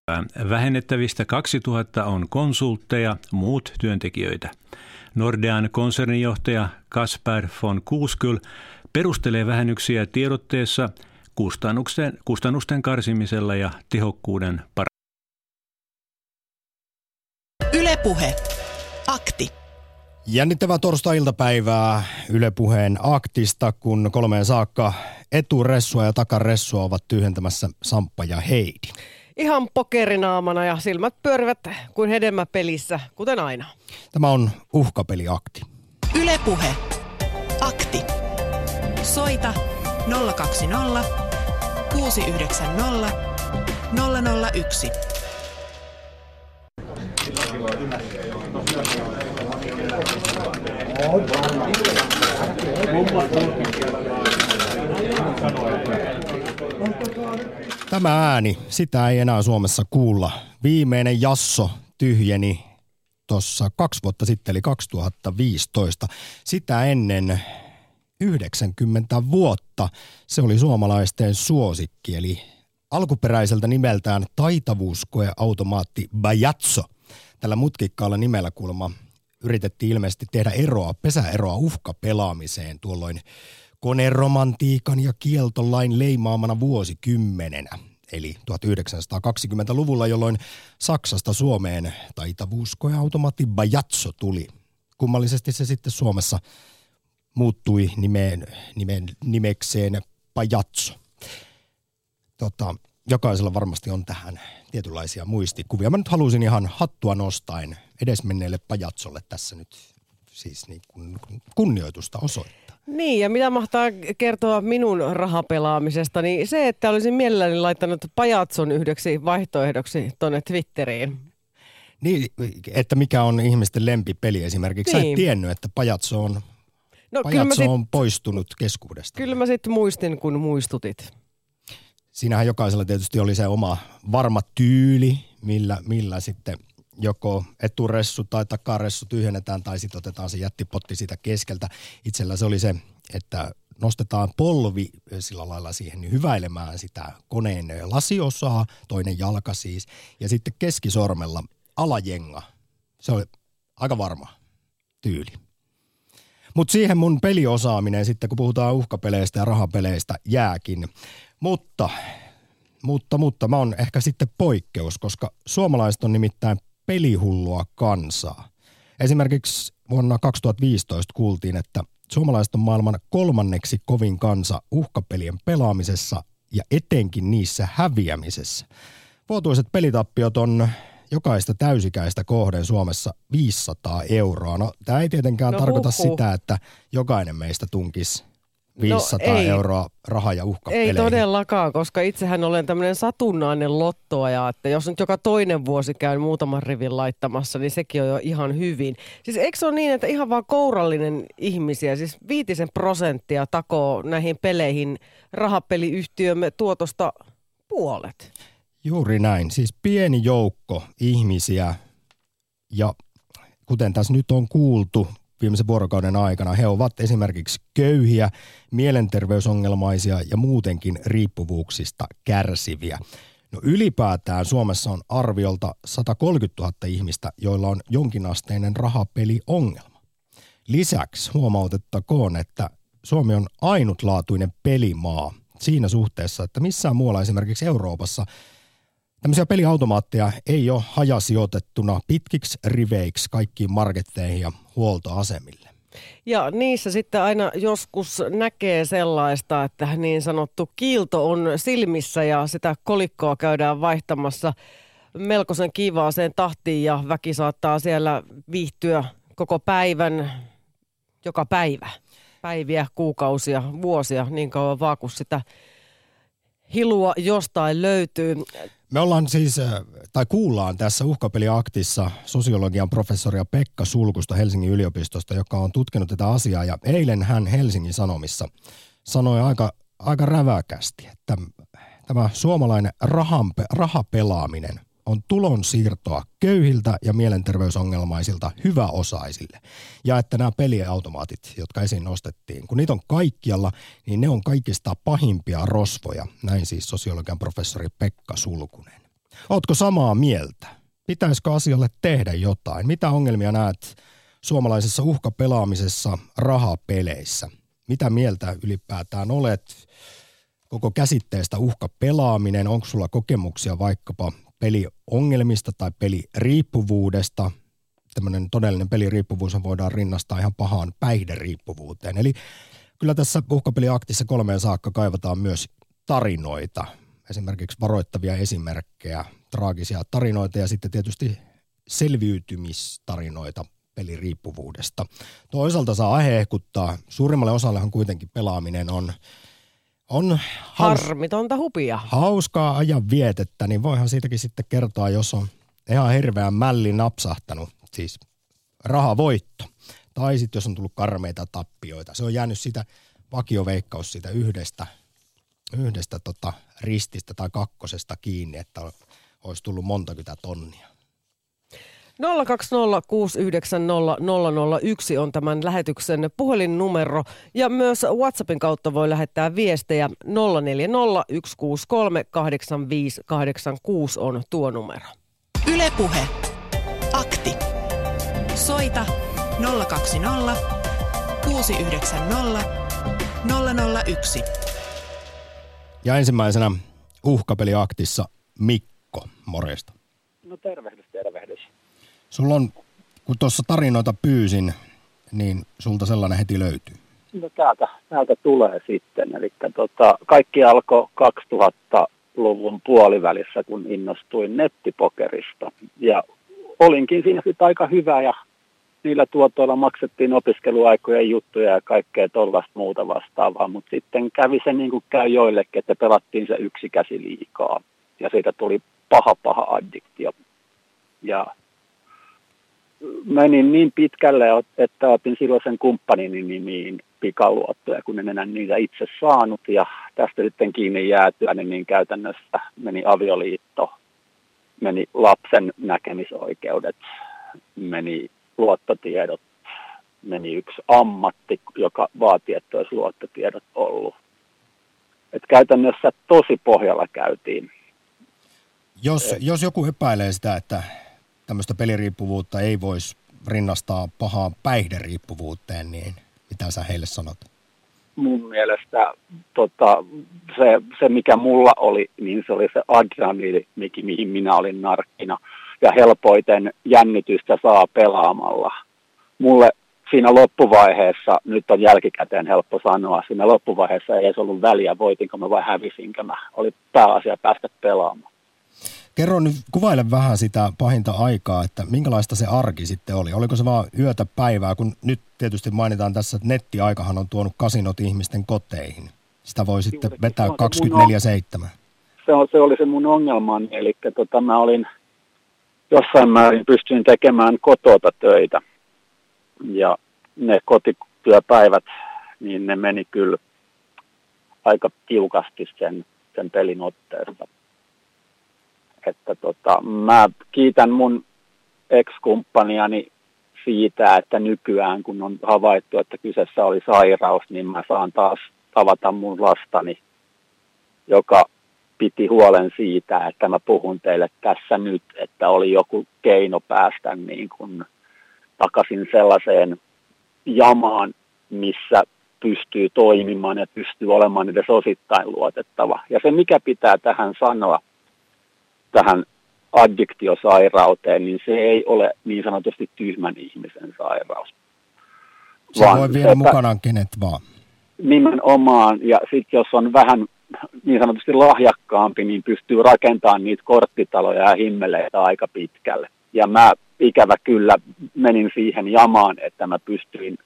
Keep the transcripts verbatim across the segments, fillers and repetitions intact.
Vähennettävistä kaksituhatta on konsultteja, muut työntekijöitä. Nordean konserninjohtaja Kasper von Koskull perustelee vähennyksiä tiedotteessa kustannusten, kustannusten karsimisella ja tehokkuuden parantamisella. Yle Puhe. Akti. Jännittävää torstai-iltapäivää Yle Puheen Aktista, kun kolmeen saakka eturessua ja takaressua ovat tyhjentämässä Samppa ja Heidi. Ihan pokerinaamana ja silmät pyörivät kuin hedelmäpelissä, kuten aina. Tämä on Uhkapeli-akti. Yle Puhe. Akti. Soita nolla kaksi nolla kuusi yhdeksän nolla nolla nolla yksi. Tämä ääni, sitä ei enää Suomessa kuulla. Viimeinen jasso tyhjeni tuossa kaksi vuotta sitten, eli kaksituhattaviisitoista. Sitä ennen yhdeksänkymmentä vuotta se oli suomalaisten suosikki, eli alkuperäiseltä nimeltään taitavuuskoeautomaatti Bajazzo. Tällä mutkikkaalla nimellä kuulemma yritettiin ilmeisesti tehdä eroa, pesäeroa uhkapelaamiseen tuolloin koneromantiikan ja kieltolain leimaamana vuosikymmenenä, eli tuhatyhdeksänsataakaksikymmentäluvulla, jolloin Saksasta Suomeen taitavuuskoeautomaatti Bajazzo tuli. Kummallisesti se sitten Suomessa muuttui nimeen, nimeen, nimekseen Bajazzo. Tota, jokaisella varmasti on tähän tietynlaisia muistikuvia. Mä nyt halusin ihan hattua nostaen edesmenneelle Bajazzolle tässä nyt siis niin kuin kunnioitusta osoittaa. Niin, ja mitä mahtaa kertoa minun rahapelaamisesta, niin se, että olisin mielelläni laittanut Bajazzon yhdeksi vaihtoehdoksi tuonne Twitteriin. Niin, että mikä on ihmisten lempipeli esimerkiksi. Niin. Sä et tiennyt, että Bajazzo on, no, Bajazzo sit, on poistunut keskuudesta. Kyllä mä sitten muistin, kun muistutit. Siinähän jokaisella tietysti oli se oma varma tyyli, millä, millä sitten joko eturessu tai takaressu tyhjennetään tai sitten otetaan se jättipotti siitä keskeltä. Itsellä se oli se, että nostetaan polvi sillä lailla siihen niin hyväilemään sitä koneen lasiosaa, toinen jalka siis, ja sitten keskisormella alajenga. Se oli aika varma tyyli. Mutta siihen mun peliosaaminen sitten, kun puhutaan uhkapeleistä ja rahapeleistä, jääkin. Mutta, mutta, mutta mä oon ehkä sitten poikkeus, koska suomalaiset on nimittäin pelihullua kansaa. Esimerkiksi vuonna kaksituhattaviisitoista kuultiin, että suomalaiset on maailman kolmanneksi kovin kansa uhkapelien pelaamisessa ja etenkin niissä häviämisessä. Vuotuiset pelitappiot on jokaista täysikäistä kohden Suomessa viisisataa euroa. No tämä ei tietenkään no, tarkoita uh, uh. sitä, että jokainen meistä tunkisi viisisataa no, euroa raha- ja uhkapeleihin. Ei todellakaan, koska itsehän olen tämmöinen satunnainen lottoaja, että jos nyt joka toinen vuosi käyn muutaman rivin laittamassa, niin sekin on jo ihan hyvin. Siis eikö se ole niin, että ihan vaan kourallinen ihmisiä, siis viitisen prosenttia takoo näihin peleihin rahapeliyhtiömme tuotosta puolet? Juuri näin, siis pieni joukko ihmisiä ja kuten tässä nyt on kuultu, viimeisen vuorokauden aikana he ovat esimerkiksi köyhiä, mielenterveysongelmaisia ja muutenkin riippuvuuksista kärsiviä. No ylipäätään Suomessa on arviolta sata kolmekymmentätuhatta ihmistä, joilla on jonkinasteinen rahapeliongelma. Lisäksi huomautettakoon, että Suomi on ainutlaatuinen pelimaa siinä suhteessa, että missään muualla esimerkiksi Euroopassa tämmöisiä peliautomaatteja ei ole hajasijoitettuna pitkiksi riveiksi kaikkiin marketteihin ja huoltoasemille. Ja niissä sitten aina joskus näkee sellaista, että niin sanottu kiilto on silmissä ja sitä kolikkoa käydään vaihtamassa melkoisen kivaaseen tahtiin ja väki saattaa siellä viihtyä koko päivän, joka päivä. Päiviä, kuukausia, vuosia, niin kauan vaan kun sitä hilua jostain löytyy. Me ollaan siis, tai kuullaan tässä Uhkapeli-aktissa sosiologian professoria Pekka Sulkusta Helsingin yliopistosta, joka on tutkinut tätä asiaa. Ja eilen hän Helsingin Sanomissa sanoi aika, aika räväkästi, että tämä suomalainen rahanpe, rahapelaaminen on tulonsiirtoa köyhiltä ja mielenterveysongelmaisilta hyväosaisille. Ja että nämä peliautomaatit, jotka esiin nostettiin, kun niitä on kaikkialla, niin ne on kaikista pahimpia rosvoja. Näin siis sosiologian professori Pekka Sulkunen. Ootko samaa mieltä? Pitäisikö asialle tehdä jotain? Mitä ongelmia näet suomalaisessa uhkapelaamisessa, rahapeleissä? Mitä mieltä ylipäätään olet koko käsitteestä uhkapelaaminen? Onko sulla kokemuksia vaikkapa peliongelmista tai peliriippuvuudesta? Tämmöinen todellinen peliriippuvuus voidaan rinnastaa ihan pahaan päihderiippuvuuteen. Eli kyllä tässä uhkapeliaktissa kolmeen saakka kaivataan myös tarinoita. Esimerkiksi varoittavia esimerkkejä, traagisia tarinoita ja sitten tietysti selviytymistarinoita peliriippuvuudesta. Toisaalta saa hehkuttaa. Suurimmalle osallehan kuitenkin pelaaminen on, on haus, harmitonta hupia. Hauskaa ajan vietettä, niin voihan siitäkin sitten kertoa, jos on ihan hirveän mälli napsahtanut, siis rahavoitto. Tai sitten jos on tullut karmeita tappioita. Se on jäänyt sitä vakioveikkaus siitä yhdestä, yhdestä tota rististä tai kakkosesta kiinni, että olisi tullut montakymmentä tonnia. nolla kaksi nolla kuusi yhdeksän nolla nolla nolla yksi on tämän lähetyksen puhelinnumero ja myös WhatsAppin kautta voi lähettää viestejä. Nolla neljä nolla yksi kuusi kolme kahdeksan viisi kahdeksan kuusi on tuo numero. Yle Puhe. Akti. Soita nolla kaksi nolla kuusi yhdeksän nolla nolla nolla yksi. Ja ensimmäisenä uhkapeliaktissa Mikko, morjesta. No tervehdys, tervehdys. Sulla on, kun tuossa tarinoita pyysin, niin sulta sellainen heti löytyy. No täältä, täältä tulee sitten. Eli tota, kaikki alkoi kaksituhattaluvun puolivälissä, kun innostuin nettipokerista. Ja olinkin siinä sitten aika hyvä ja niillä tuotoilla maksettiin opiskeluaikojen juttuja ja kaikkea tollaista muuta vastaavaa. Mutta sitten kävi se niin kuin käy joillekin, että pelattiin se yksi käsi liikaa. Ja siitä tuli paha paha addiktio. Ja menin niin pitkälle, että otin silloisen kumppanini nimiin pikaluottoja, kun en enää niitä itse saanut. Ja tästä sitten kiinni jäätyä, niin, niin käytännössä meni avioliitto, meni lapsen näkemisoikeudet, meni luottotiedot, meni yksi ammatti, joka vaati, että olisi luottotiedot ollut. Et käytännössä tosi pohjalla käytiin. Jos, jos joku epäilee sitä, että tämmöistä peliriippuvuutta ei voisi rinnastaa pahaan päihderiippuvuuteen, niin mitä sä heille sanot? Mun mielestä tota, se, se, mikä mulla oli, niin se oli se adrenaliini, mihin minä olin narkkina. Ja helpoiten jännitystä saa pelaamalla. Mulle siinä loppuvaiheessa, nyt on jälkikäteen helppo sanoa, siinä loppuvaiheessa ei edes ollut väliä, voitinko mä vai hävisinkö mä. Oli pääasia päästä pelaamaan. Kerro nyt, kuvaile vähän sitä pahinta aikaa, että minkälaista se arki sitten oli. Oliko se vaan yötä päivää, kun nyt tietysti mainitaan tässä, että nettiaikahan on tuonut kasinot ihmisten koteihin. Sitä voi sitten vetää kaksikymmentäneljä seitsemän. Se, on, se oli se mun ongelmani, eli tota, mä olin jossain määrin pystyin tekemään kotota töitä. Ja ne kotityöpäivät, niin ne meni kyllä aika tiukasti sen, sen pelin otteesta. Että tota, mä kiitän mun ex-kumppaniani siitä, että nykyään kun on havaittu, että kyseessä oli sairaus, niin mä saan taas tavata mun lastani, joka piti huolen siitä, että mä puhun teille tässä nyt, että oli joku keino päästä niin kuin takaisin sellaiseen jamaan, missä pystyy toimimaan ja pystyy olemaan edes osittain luotettava. Ja se, mikä pitää tähän sanoa, tähän addiktiosairauteen, niin se ei ole niin sanotusti tyhmän ihmisen sairaus. Se vaan voi viedä mukanaan kenet vaan. Nimenomaan, ja sitten jos on vähän niin sanotusti lahjakkaampi, niin pystyy rakentamaan niitä korttitaloja ja himmeleitä aika pitkälle. Ja mä ikävä kyllä menin siihen jamaan, että mä pystyin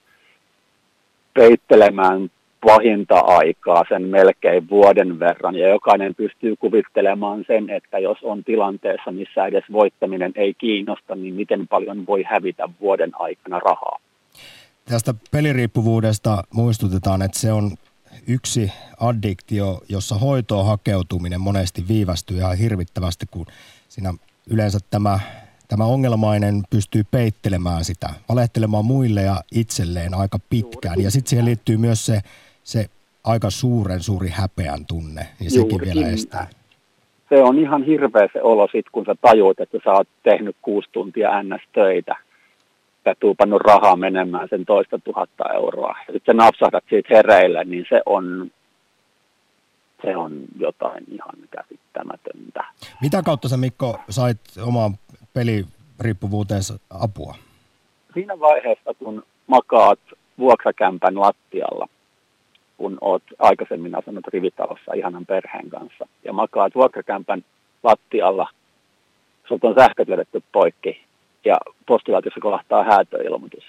peittelemään pahinta aikaa sen melkein vuoden verran, ja jokainen pystyy kuvittelemaan sen, että jos on tilanteessa, missä edes voittaminen ei kiinnosta, niin miten paljon voi hävitä vuoden aikana rahaa. Tästä peliriippuvuudesta muistutetaan, että se on yksi addiktio, jossa hoitoon hakeutuminen monesti viivästyy ihan hirvittävästi, kun siinä yleensä tämä, tämä ongelmainen pystyy peittelemään sitä, valehtelemaan muille ja itselleen aika pitkään. Ja sitten siihen liittyy myös se, se aika suuren suuri häpeän tunne, ja sekin vielä estää. se on ihan hirveä se olo sit, kun sä tajuut, että sä oot tehnyt kuusi tuntia ns-töitä ja tuupannut rahaa menemään sen toista tuhatta euroa. Ja sitten sä napsahdat siitä hereille, niin se on, se on jotain ihan käsittämätöntä. Mitä kautta sä, Mikko, sait omaan peliriippuvuuteensa apua? Siinä vaiheessa, kun makaat vuokrakämpän lattialla, kun oot aikaisemmin asunut rivitalossa ihanan perheen kanssa, ja makaat vuokrakämpän lattialla, sulta on sähköt vedetty poikki, ja postilaatiossa kolahtaa häätöilmoitus.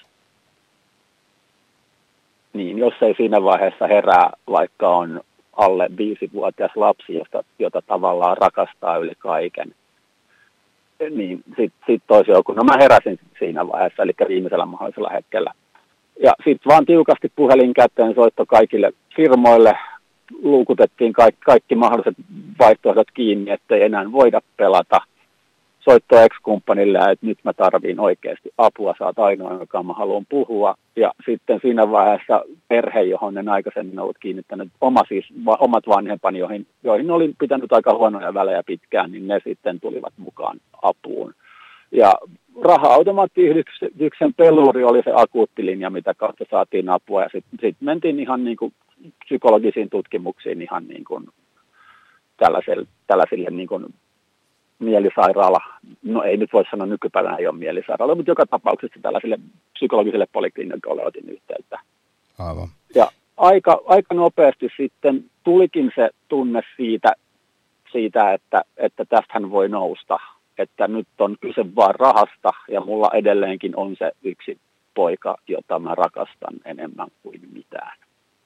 Niin, jos ei siinä vaiheessa herää, vaikka on alle viisivuotias lapsi, jota, jota tavallaan rakastaa yli kaiken, niin sitten sit olisi joku, no mä heräsin siinä vaiheessa, eli viimeisellä mahdollisella hetkellä. Ja sitten vaan tiukasti puhelin käteen soitto kaikille firmoille, luukutettiin kaikki, kaikki mahdolliset vaihtoehdot kiinni, ettei enää voida pelata. Soitto ex-kumppanille, että nyt mä tarviin oikeasti apua, sä oot ainoa, joka mä haluan puhua. Ja sitten siinä vaiheessa perhe, johon en aikaisemmin ollut kiinnittänyt, oma siis, va, omat vanhempani, joihin, joihin olin pitänyt aika huonoja välejä pitkään, niin ne sitten tulivat mukaan apuun. Ja raha-automaattiyhdistyksen peluri oli se akuuttilinja, mitä kautta saatiin apua. Ja sitten sit mentiin ihan niin kuin psykologisiin tutkimuksiin ihan niin kuin tällaiselle, tällaisille niin kuin mielisairaala, no ei nyt voi sanoa nykypäivänä ei ole mielisairaala, mutta joka tapauksessa tällaisille psykologisille poliklinikoille otin yhteyttä. Aivan. Ja aika, aika nopeasti sitten tulikin se tunne siitä, siitä että, että tästähän voi nousta, että nyt on kyse vaan rahasta ja mulla edelleenkin on se yksi poika, jota mä rakastan enemmän kuin mitään.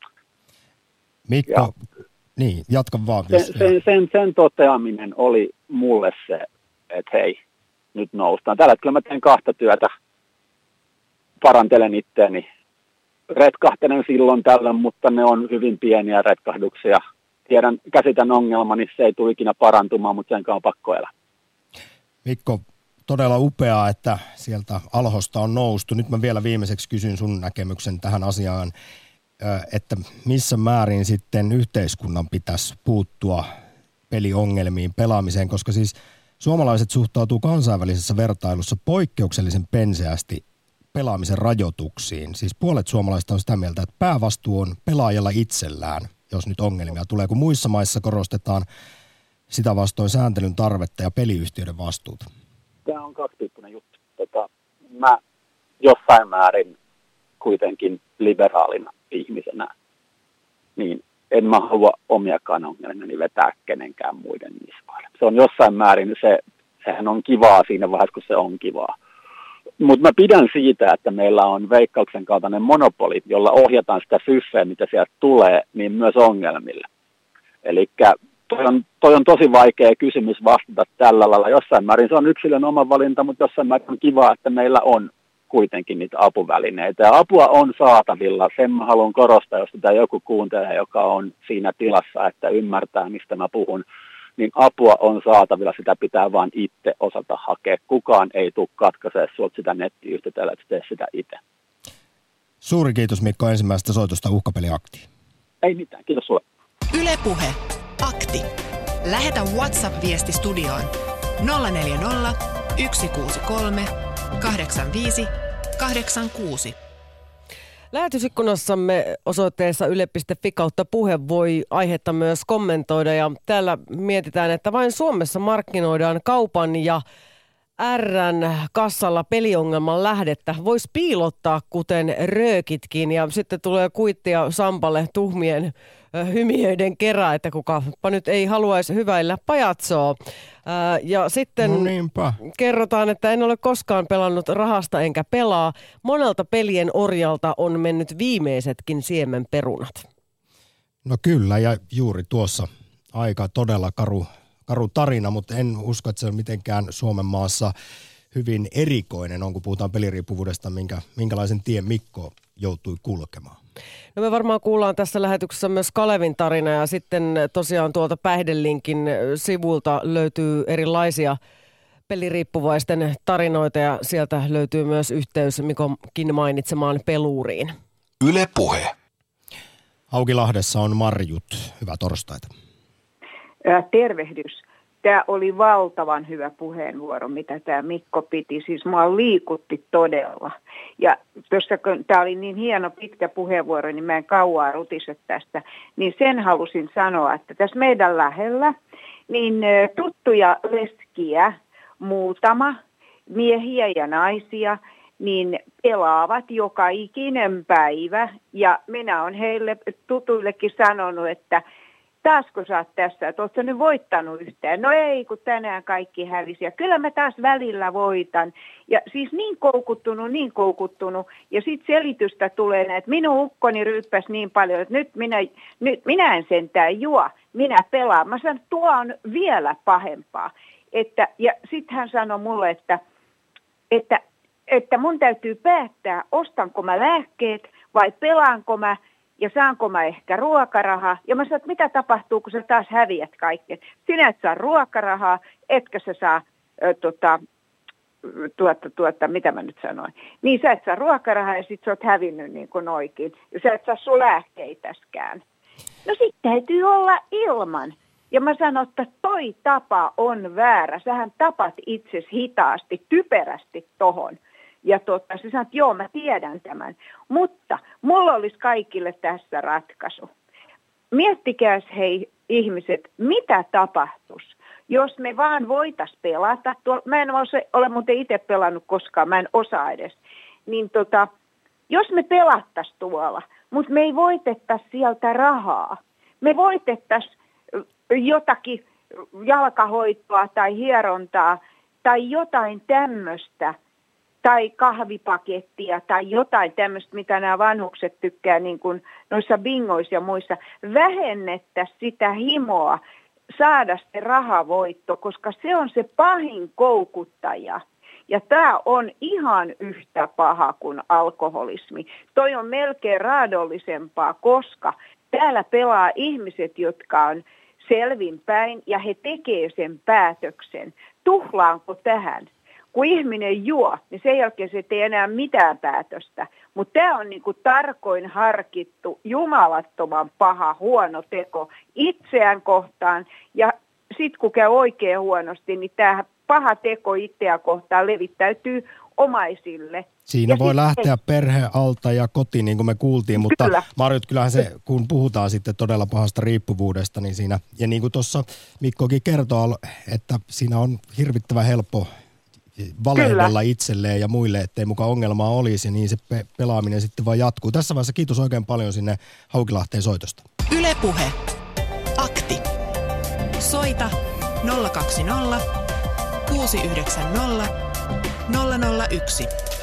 Mikko, ja niin, jatka vaan. Sen, sen, sen, sen toteaminen oli mulle se, että hei, nyt noustaan. Tällä hetkellä mä teen kahta työtä, parantelen itteeni. Retkahtelen silloin tällöin, mutta ne on hyvin pieniä retkahduksia. Tiedän, käsitän ongelmani, se ei tule ikinä parantumaan, mutta senkaan on pakko elää. Mikko, todella upeaa, että sieltä alhosta on noustu. Nyt mä vielä viimeiseksi kysyn sun näkemyksen tähän asiaan, että missä määrin sitten yhteiskunnan pitäisi puuttua peliongelmiin, pelaamiseen, koska siis suomalaiset suhtautuu kansainvälisessä vertailussa poikkeuksellisen penseästi pelaamisen rajoituksiin. Siis puolet suomalaisista on sitä mieltä, että päävastuu on pelaajalla itsellään, jos nyt ongelmia tulee, kun muissa maissa korostetaan sitä vastoin sääntelyn tarvetta ja peliyhtiöiden vastuuta. Tämä on kaksipiippunen juttu. Tota, mä jossain määrin kuitenkin liberaalina ihmisenä, niin en mä halua omiakaan ongelmiani vetää kenenkään muiden nisvaille. Se on jossain määrin, se, sehän on kivaa siinä vaiheessa, kun se on kivaa. Mutta mä pidän siitä, että meillä on Veikkauksen kaltainen monopoli, jolla ohjataan sitä fyffeä, mitä sieltä tulee, niin myös ongelmille. Eli toi on, toi on tosi vaikea kysymys vastata tällä lailla. Jossain määrin se on yksilön oma valinta, mutta jossain määrin on kivaa, että meillä on kuitenkin niitä apuvälineitä. Ja apua on saatavilla. Sen mä haluan korostaa, jos sitä joku kuuntelee, joka on siinä tilassa, että ymmärtää, mistä mä puhun, niin apua on saatavilla. Sitä pitää vaan itse osata hakea. Kukaan ei tule katkaisee sulta sitä nettiyhteyttä, että tee sitä itse. Suuri kiitos Mikko ensimmäisestä soitosta Uhkapeli-aktiin. Ei mitään, kiitos sulle. Yle Puhe. Akti. Lähetä WhatsApp-viesti studioon nolla neljä nolla, yksi kuusi kolme, kahdeksan viisi, kahdeksan kuusi. Lähetysikkunassamme osoitteessa yle piste fi kautta puhe voi aihetta myös kommentoida. Ja täällä mietitään, että vain Suomessa markkinoidaan kaupan ja R:n kassalla peliongelman lähdettä. Voisi piilottaa kuten röökitkin ja sitten tulee kuittia Sampalle tuhmien hymiöiden kerran, että kukapa nyt ei haluaisi hyväillä pajatsoa. Ja sitten no kerrotaan, että en ole koskaan pelannut rahasta enkä pelaa. Monelta pelien orjalta on mennyt viimeisetkin siemenperunat. No kyllä, ja juuri tuossa aika todella karu, karu tarina, mutta en usko, että se on mitenkään Suomen maassa hyvin erikoinen on, kun puhutaan peliriippuvuudesta, minkä, minkälaisen tien Mikko joutui kulkemaan. No me varmaan kuullaan tässä lähetyksessä myös Kalevin tarina ja sitten tosiaan tuolta Päihdelinkin sivulta löytyy erilaisia peliriippuvaisten tarinoita ja sieltä löytyy myös yhteys Mikonkin mainitsemaan peluuriin. Yle Puhe. Haukilahdessa on Marjut. Hyvää torstaita. Tervehdys. Tämä oli valtavan hyvä puheenvuoro, mitä tämä Mikko piti. Siis mua liikutti todella. Ja tuossa kun tämä oli niin hieno pitkä puheenvuoro, niin mä en kauaa rutise tästä. Niin sen halusin sanoa, että tässä meidän lähellä niin tuttuja leskiä, muutama, miehiä ja naisia, niin pelaavat joka ikinen päivä. Ja minä olen heille tutuillekin sanonut, että taasko sä oot tässä, että ootko nyt voittanut yhtään? No ei, kun tänään kaikki hävisi. Ja kyllä mä taas välillä voitan. Ja siis niin koukuttunut, niin koukuttunut. Ja sitten selitystä tulee, että minun ukkoni ryyppäsi niin paljon, että nyt minä, nyt minä en sentään juo. Minä pelaan. Mä sanon, että tuo on vielä pahempaa. Että, ja sitten hän sanoi mulle, että, että, että mun täytyy päättää, ostanko mä lääkkeet vai pelaanko mä. Ja saanko mä ehkä ruokarahaa? Ja mä sanoin, että mitä tapahtuu, kun sä taas häviät kaiken? Sinä et saa ruokarahaa, etkä sä saa, ö, tota, tuota, tuota, mitä mä nyt sanoin. Niin sä et saa ruokarahaa ja sit sä oot hävinnyt niin kuin oikein. Ja sä et saa sun lääkkeitäskään. No sit täytyy olla ilman. Ja mä sanon, että toi tapa on väärä. Sähän tapat itses hitaasti, typerästi tohon. Ja totta, se sanoo, että joo, mä tiedän tämän. Mutta mulla olisi kaikille tässä ratkaisu. Miettikääs hei ihmiset, mitä tapahtuisi, jos me vaan voitais pelata. Tuolla, mä en ole, ole muuten itse pelannut koskaan, mä en osaa edes. Niin tota, jos me pelattaisiin tuolla, mutta me ei voitettaisi sieltä rahaa. Me voitettaisiin jotakin jalkahoitoa tai hierontaa tai jotain tämmöistä. Tai kahvipakettia tai jotain tämmöistä, mitä nämä vanhukset tykkää niin kuin noissa bingoissa ja muissa. Vähennettäisiin sitä himoa saada se rahavoitto, koska se on se pahin koukuttaja. Ja tämä on ihan yhtä paha kuin alkoholismi. Toi on melkein raadollisempaa, koska täällä pelaa ihmiset, jotka on selvinpäin ja he tekee sen päätöksen. Tuhlaanko tähän? Kun ihminen juo, niin sen jälkeen se ei tee enää mitään päätöstä. Mutta tämä on niinku tarkoin harkittu, jumalattoman paha, huono teko itseään kohtaan. Ja sitten kun käy oikein huonosti, niin tämä paha teko itseään kohtaan levittäytyy omaisille. Siinä ja voi sit, lähteä perhe alta ja koti, niin kuin me kuultiin, mutta kyllä. Marjut, kyllähän se, kun puhutaan sitten todella pahasta riippuvuudesta, niin siinä, ja niin kuin tuossa Mikkokin kertoo, että siinä on hirvittävän helppo valehdella itselleen ja muille, ettei mukaan ongelmaa olisi, niin se pe- pelaaminen sitten vaan jatkuu. Tässä vaiheessa kiitos oikein paljon sinne Haukilahteen soitosta. Yle Puhe. Akti. Soita nolla kaksi nolla kuusi yhdeksän nolla nolla nolla yksi.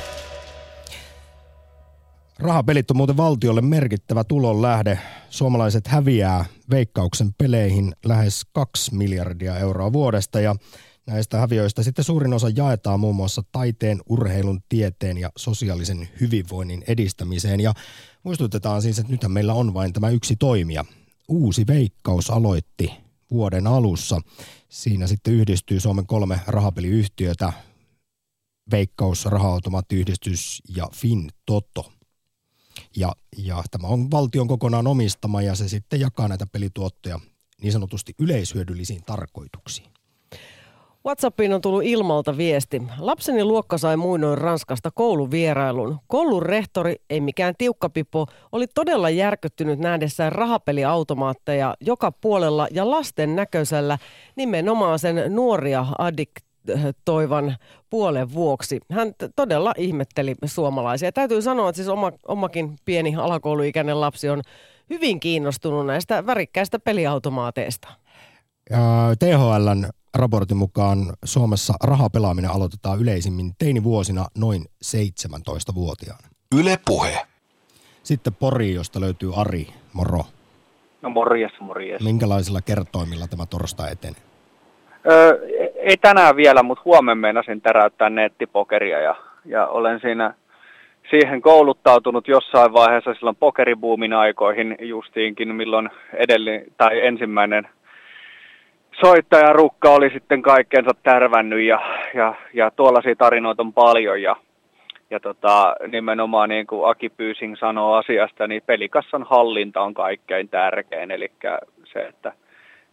Rahapelit on muuten valtiolle merkittävä tulonlähde. Suomalaiset häviää Veikkauksen peleihin lähes kaksi miljardia euroa vuodesta ja näistä häviöistä sitten suurin osa jaetaan muun muassa taiteen, urheilun, tieteen ja sosiaalisen hyvinvoinnin edistämiseen. Ja muistutetaan siis, että nythän meillä on vain tämä yksi toimija. Uusi Veikkaus aloitti vuoden alussa. Siinä sitten yhdistyy Suomen kolme rahapeliyhtiötä, Veikkaus, Raha-automaattiyhdistys ja Fintoto. Ja, ja tämä on valtion kokonaan omistama ja se sitten jakaa näitä pelituottoja niin sanotusti yleishyödyllisiin tarkoituksiin. WhatsAppiin on tullut Ilmalta viesti. Lapseni luokka sai muinoin Ranskasta kouluvierailun. Koulun rehtori, ei mikään tiukkapipo, oli todella järkyttynyt nähdessään rahapeliautomaatteja joka puolella ja lasten näköisellä nimenomaan sen nuoria addiktoivan puolen vuoksi. Hän t- todella ihmetteli suomalaisia. Täytyy sanoa, että siis oma, omakin pieni alakouluikäinen lapsi on hyvin kiinnostunut näistä värikkäistä peliautomaateista. T H L:n raportin mukaan Suomessa rahapelaaminen aloitetaan yleisimmin teinivuosina noin seitsemäntoistavuotiaana. Yle Puhe. Sitten Pori, josta löytyy Ari. Moro. No morjes, morjes. Minkälaisilla kertoimilla tämä torstai etenee? Öö, ei tänään vielä, mutta huomenna meinasin täräyttää nettipokeria ja, ja olen siinä siihen kouluttautunut jossain vaiheessa silloin pokeribuumin aikoihin justiinkin, milloin edellinen tai ensimmäinen soittaja Rukka oli sitten kaikkeensa tärvännyt ja, ja, ja tuollaisia tarinoita on paljon ja, ja tota, nimenomaan niin kuin Aki Pyysing sanoo asiasta, niin pelikassan hallinta on kaikkein tärkein, eli se, että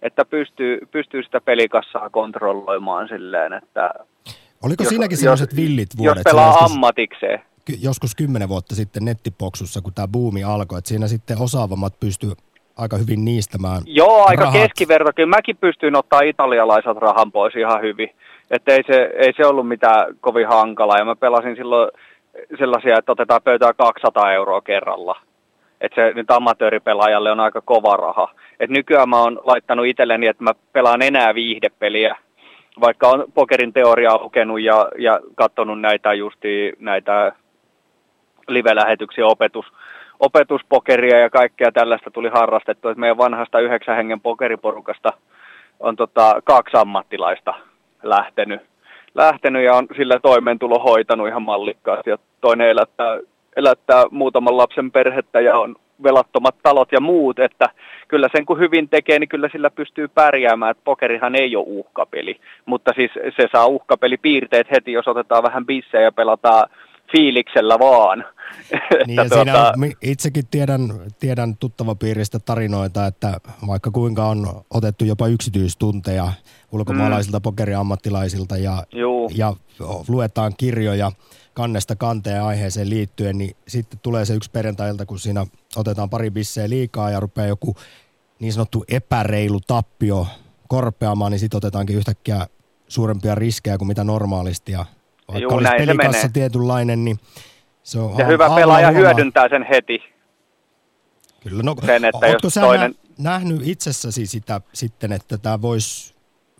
että pystyy, pystyy sitä pelikassaa kontrolloimaan silleen, että oliko jos, siinäkin sellaiset villit vuodet? Jos pelaa joskus, ammatikseen. Joskus kymmenen vuotta sitten nettipoksussa, kun tämä buumi alkoi, että siinä sitten osaavammat pystyy aika hyvin niistämään Joo, aika rahat. keskiverto. Kyllä mäkin pystyin ottaa italialaiset rahan pois ihan hyvin. Että ei se, ei se ollut mitään kovin hankalaa. Ja mä pelasin silloin sellaisia, että otetaan pöytään kaksisataa euroa kerralla. Että se nyt amatööripelaajalle on aika kova raha. Et nykyään mä oon laittanut itselleni, että mä pelaan enää viihdepeliä. Vaikka on pokerin teoriaa lukenut ja, ja katsonut näitä justi näitä live-lähetyksiä, opetus, opetuspokeria ja kaikkea tällaista tuli harrastettu. Et meidän vanhasta yhdeksän hengen pokeriporukasta on tota, kaksi ammattilaista lähtenyt, lähtenyt ja on sillä toimeentulo hoitanut ihan mallikkaasti. Ja toinen elättää, elättää muutaman lapsen perhettä ja on velattomat talot ja muut, että kyllä sen kun hyvin tekee, niin kyllä sillä pystyy pärjäämään, että pokerihan ei ole uhkapeli, mutta siis se saa uhkapelipiirteet heti, jos otetaan vähän bissejä ja pelataan fiiliksellä vaan. Niin ja tuota... siinä itsekin tiedän, tiedän tuttavapiiristä tarinoita, että vaikka kuinka on otettu jopa yksityistunteja ulkomaalaisilta mm. pokeriammattilaisilta ja, ja luetaan kirjoja kannesta kanteen aiheeseen liittyen, niin sitten tulee se yksi perjantailta, kun siinä otetaan pari bissejä liikaa ja rupeaa joku niin sanottu epäreilu tappio korpeamaan, niin sitten otetaankin yhtäkkiä suurempia riskejä kuin mitä normaalisti. Ja vaikka Juu, olisi pelikassa tietynlainen, niin se on... Ja hyvä pelaaja hyödyntää sen heti. Kyllä, no sen, että ootko sä toinen... nähnyt itsessäsi sitä sitten, että tämä voisi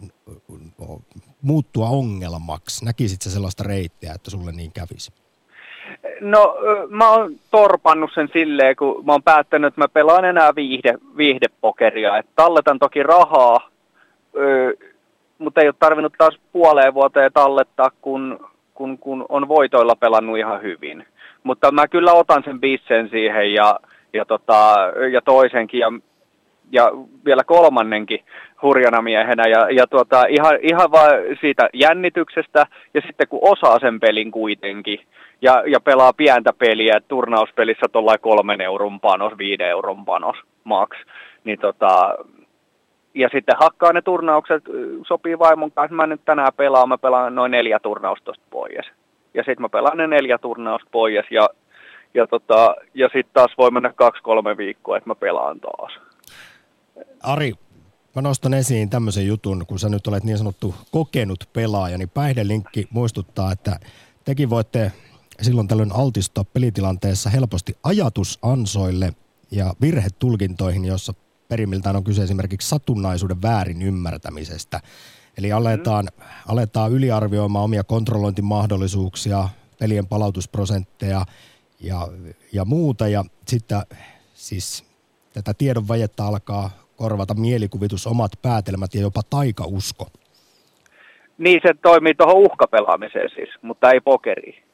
muuttua ongelmaksi? Näkisit sä sellaista reittiä, että sulle niin kävisi? No mä oon torpannut sen silleen, kun mä oon päättänyt, että mä pelaan enää viihde, viihdepokeria. Et talletan toki rahaa, öö, mutta ei ole tarvinnut taas puoleen vuoteen tallettaa, kun, kun, kun on voitoilla pelannut ihan hyvin. Mutta mä kyllä otan sen bissen siihen ja, ja, tota, ja toisenkin ja, ja vielä kolmannenkin hurjana miehenä. Ja, ja tuota, ihan, ihan vaan siitä jännityksestä ja sitten kun osaa sen pelin kuitenkin. Ja, ja pelaa pientä peliä, turnauspelissä tuollain kolmen euron panos, viiden euron panos maks. Niin tota, ja sitten hakkaa ne turnaukset, sopii vaimon kanssa, mä nyt tänään pelaan, mä pelaan noin neljä turnausta tosta pois. Ja sitten mä pelaan ne neljä turnausta pois ja, ja, tota, ja sitten taas voi mennä kaksi-kolme viikkoa, että mä pelaan taas. Ari, mä nostan esiin tämmöisen jutun, kun sä nyt olet niin sanottu kokenut pelaaja, niin päihdelinkki muistuttaa, että tekin voitte silloin tällöin altistua pelitilanteessa helposti ajatusansoille ja virhetulkintoihin, jossa perimmiltään on kyse esimerkiksi satunnaisuuden väärin ymmärtämisestä. Eli aletaan, mm. aletaan yliarvioimaan omia kontrollointimahdollisuuksia, pelien palautusprosentteja ja, ja muuta. Ja sitten siis tätä tiedonvajetta alkaa korvata mielikuvitus, omat päätelmät ja jopa taikausko. Niin, se toimii tuohon uhkapelaamiseen siis, mutta ei pokeriin.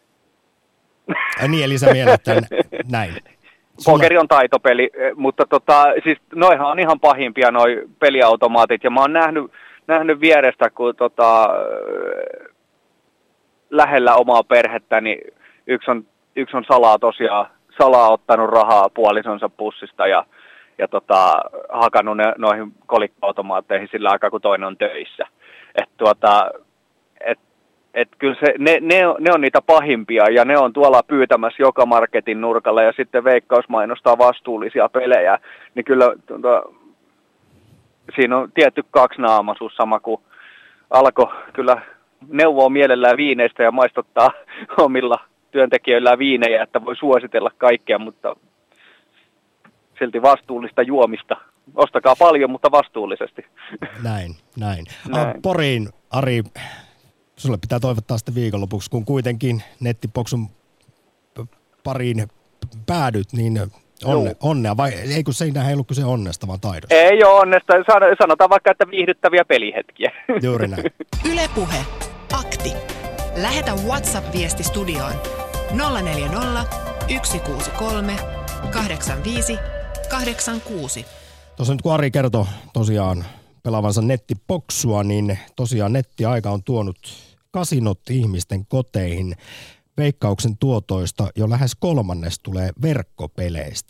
Ja niin, eli sä mielet näin. Sulla... Pokeri on taitopeli, mutta tota, siis noihan on ihan pahimpia noi peliautomaatit, ja mä oon nähnyt, nähnyt vierestä, kun tota, lähellä omaa perhettä, niin yksi on, yksi on salaa tosiaan, salaa ottanut rahaa puolisonsa pussista ja, ja tota, hakannut ne noihin kolikkoautomaatteihin sillä aikaa, kun toinen on töissä. Et tuota, et, et kyllä se, ne, ne, on, ne on niitä pahimpia ja ne on tuolla pyytämässä joka marketin nurkalla ja sitten Veikkaus mainostaa vastuullisia pelejä, niin kyllä tuota, siinä on tietty kaksinaamaisuus sama kuin alkoi kyllä neuvoa mielellään viineistä ja maistottaa omilla työntekijöillään viinejä, että voi suositella kaikkea, mutta silti vastuullista juomista. Ostakaa paljon, mutta vastuullisesti. Näin, näin. näin. Poriin, Ari, sulle pitää toivottaa sitten viikonlopuksi, kun kuitenkin nettipoksun pariin päädyt, niin onne, onnea. Vai ei kun seinähän ei ollut kyse onnesta, vaan taidosta. Ei ole onnesta. Sanotaan vaikka, että viihdyttäviä pelihetkiä. Juuri näin. Yle Puhe. Akti. Lähetä WhatsApp-viesti studioon nolla neljä nolla, yksi kuusi kolme, kahdeksan viisi, kahdeksan kuusi. Tuossa nyt kun Ari kertoi tosiaan pelaavansa nettipoksua, niin tosiaan nettiaika on tuonut kasinot ihmisten koteihin. Veikkauksen tuotoista jo lähes kolmannes tulee verkkopeleistä.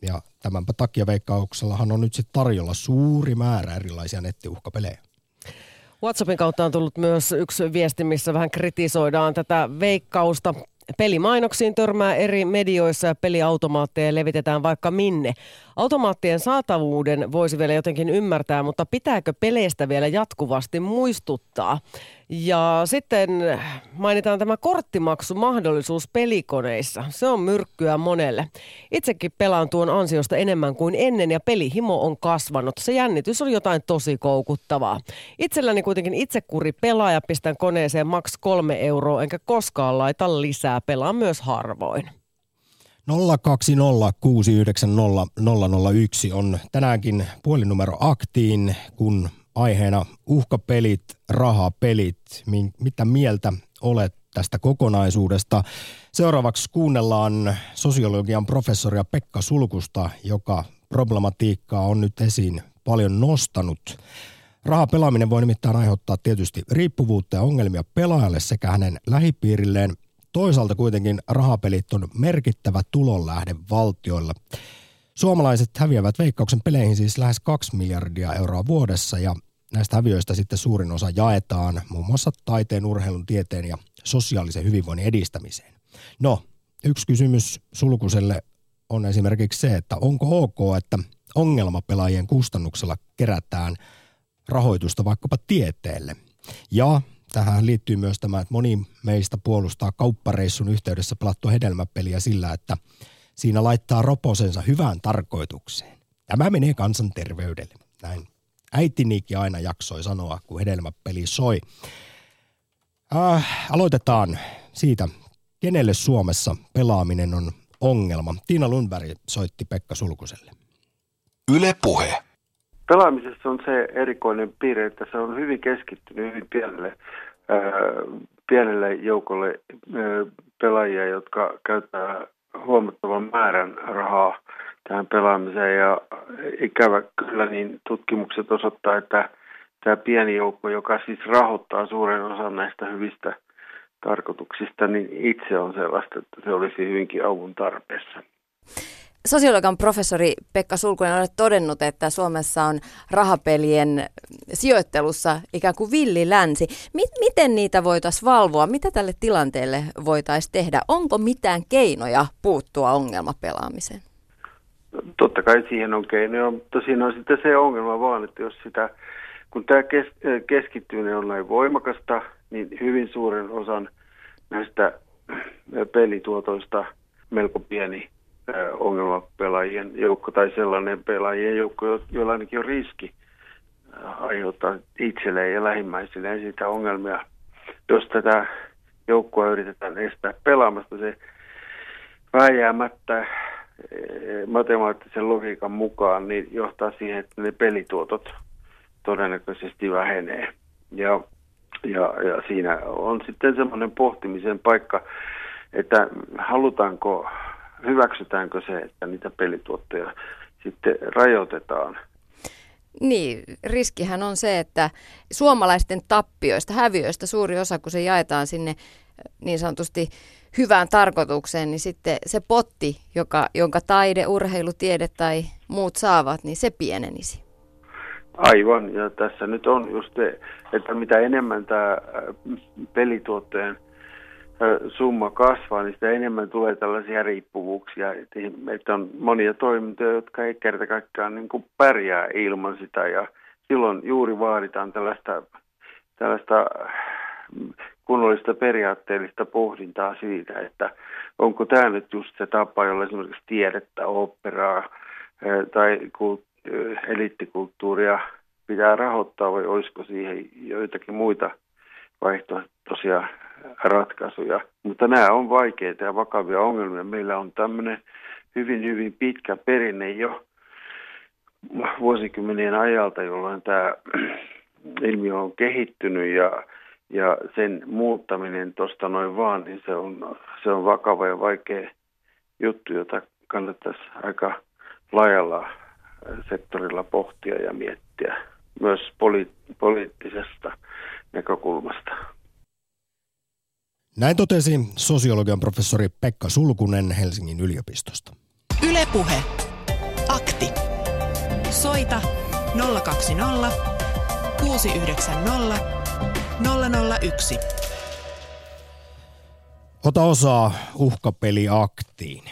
Ja tämänpä takia Veikkauksellahan on nyt sitten tarjolla suuri määrä erilaisia nettiuhkapelejä. WhatsAppin kautta on tullut myös yksi viesti, missä vähän kritisoidaan tätä Veikkausta. Pelimainoksiin törmää eri medioissa ja peliautomaatteja levitetään vaikka minne. Automaattien saatavuuden voisi vielä jotenkin ymmärtää, mutta pitääkö peleistä vielä jatkuvasti muistuttaa? Ja sitten mainitaan tämä korttimaksumahdollisuus pelikoneissa. Se on myrkkyä monelle. Itsekin pelaan tuon ansiosta enemmän kuin ennen ja pelihimo on kasvanut. Se jännitys on jotain tosi koukuttavaa. Itselläni kuitenkin itsekuri pelaaja, pistän koneeseen maks kolme euroa, enkä koskaan laita lisää. Pelaan myös harvoin. nolla kaksi nolla kuusi yhdeksän nolla nolla nolla yksi on tänäänkin puhelinnumero Aktiin, kun aiheena uhkapelit, rahapelit. Mitä mieltä olet tästä kokonaisuudesta? Seuraavaksi kuunnellaan sosiologian professoria Pekka Sulkusta, joka problematiikkaa on nyt esiin paljon nostanut. Rahapelaaminen voi nimittäin aiheuttaa tietysti riippuvuutta ja ongelmia pelaajalle sekä hänen lähipiirilleen. Toisaalta kuitenkin rahapelit on merkittävä tulonlähde valtioilla. Suomalaiset häviävät Veikkauksen peleihin siis lähes kaksi miljardia euroa vuodessa ja näistä häviöistä sitten suurin osa jaetaan muun muassa taiteen, urheilun, tieteen ja sosiaalisen hyvinvoinnin edistämiseen. No, yksi kysymys Sulkuselle on esimerkiksi se, että onko ok, että ongelmapelaajien kustannuksella kerätään rahoitusta vaikkapa tieteelle. Ja tähän liittyy myös tämä, että moni meistä puolustaa kauppareissun yhteydessä pelattua hedelmäpeliä sillä, että siinä laittaa roposensa hyvään tarkoitukseen. Tämä menee kansanterveydelle. Näin äitinikin aina jaksoi sanoa, kun hedelmäpeli soi. Äh, aloitetaan siitä, kenelle Suomessa pelaaminen on ongelma. Tiina Lundberg soitti Pekka Sulkuselle. Yle Puhe. Pelaamisessa on se erikoinen piirre, että se on hyvin keskittynyt hyvin pienelle, ää, pienelle joukolle ää, pelaajia, jotka käyttää huomattavan määrän rahaa tähän pelaamiseen. Ja ikävä kyllä niin tutkimukset osoittaa, että tämä pieni joukko, joka siis rahoittaa suuren osan näistä hyvistä tarkoituksista, niin itse on sellaista, että se olisi hyvinkin avun tarpeessa. Sosiologian professori Pekka Sulkunen, olet todennut, että Suomessa on rahapelien sijoittelussa ikään kuin villi länsi. Miten niitä voitaisiin valvoa? Mitä tälle tilanteelle voitaisiin tehdä? Onko mitään keinoja puuttua ongelmapelaamiseen? Totta kai siihen on keinoja, mutta siinä on sitten se ongelma vaan, että jos sitä, kun tämä kes- keskittyminen on näin voimakasta, niin hyvin suuren osan näistä pelituotoista melko pieni ongelmapelaajien joukko tai sellainen pelaajien joukko, joilla ainakin on riski aiheuttaa itselleen ja lähimmäisilleen siitä ongelmia. Jos tätä joukkoa yritetään estää pelaamasta, se vääjäämättä matemaattisen logiikan mukaan niin johtaa siihen, että ne pelituotot todennäköisesti vähenee. Ja, ja, ja siinä on sitten semmoinen pohtimisen paikka, että halutaanko hyväksytäänkö se, että niitä pelituottoja sitten rajoitetaan? Niin, riskihän on se, että suomalaisten tappioista, häviöistä suuri osa, kun se jaetaan sinne niin sanotusti hyvään tarkoitukseen, niin sitten se potti, joka, jonka taide, urheilu, tiede tai muut saavat, niin se pienenisi. Aivan, ja tässä nyt on just se, että mitä enemmän tämä pelituottojen summa kasvaa, niin sitä enemmän tulee tällaisia riippuvuuksia, että on monia toimintoja, jotka ei kerta kaikkiaan niin kuin pärjää ilman sitä, ja silloin juuri vaaditaan tällaista, tällaista kunnollista periaatteellista pohdintaa siitä, että onko tämä nyt just se tapa, jolla esimerkiksi tiedettä, oopperaa tai eliittikulttuuria pitää rahoittaa, vai olisiko siihen joitakin muita vaihtoehtoisia ratkaisuja. Mutta nämä on vaikeita ja vakavia ongelmia. Meillä on tämmöinen hyvin, hyvin pitkä perinne jo vuosikymmenien ajalta, jolloin tämä ilmiö on kehittynyt ja, ja sen muuttaminen tuosta noin vaan, niin se on, se on vakava ja vaikea juttu, jota kannattaisi aika laajalla sektorilla pohtia ja miettiä myös poli- poliittisesta näkökulmasta. Näin totesi sosiologian professori Pekka Sulkunen Helsingin yliopistosta. Yle Puhe. Soita nolla kaksi nolla kuusi yhdeksän nolla nolla nolla yksi. Ota osaa uhkapeliaktiin.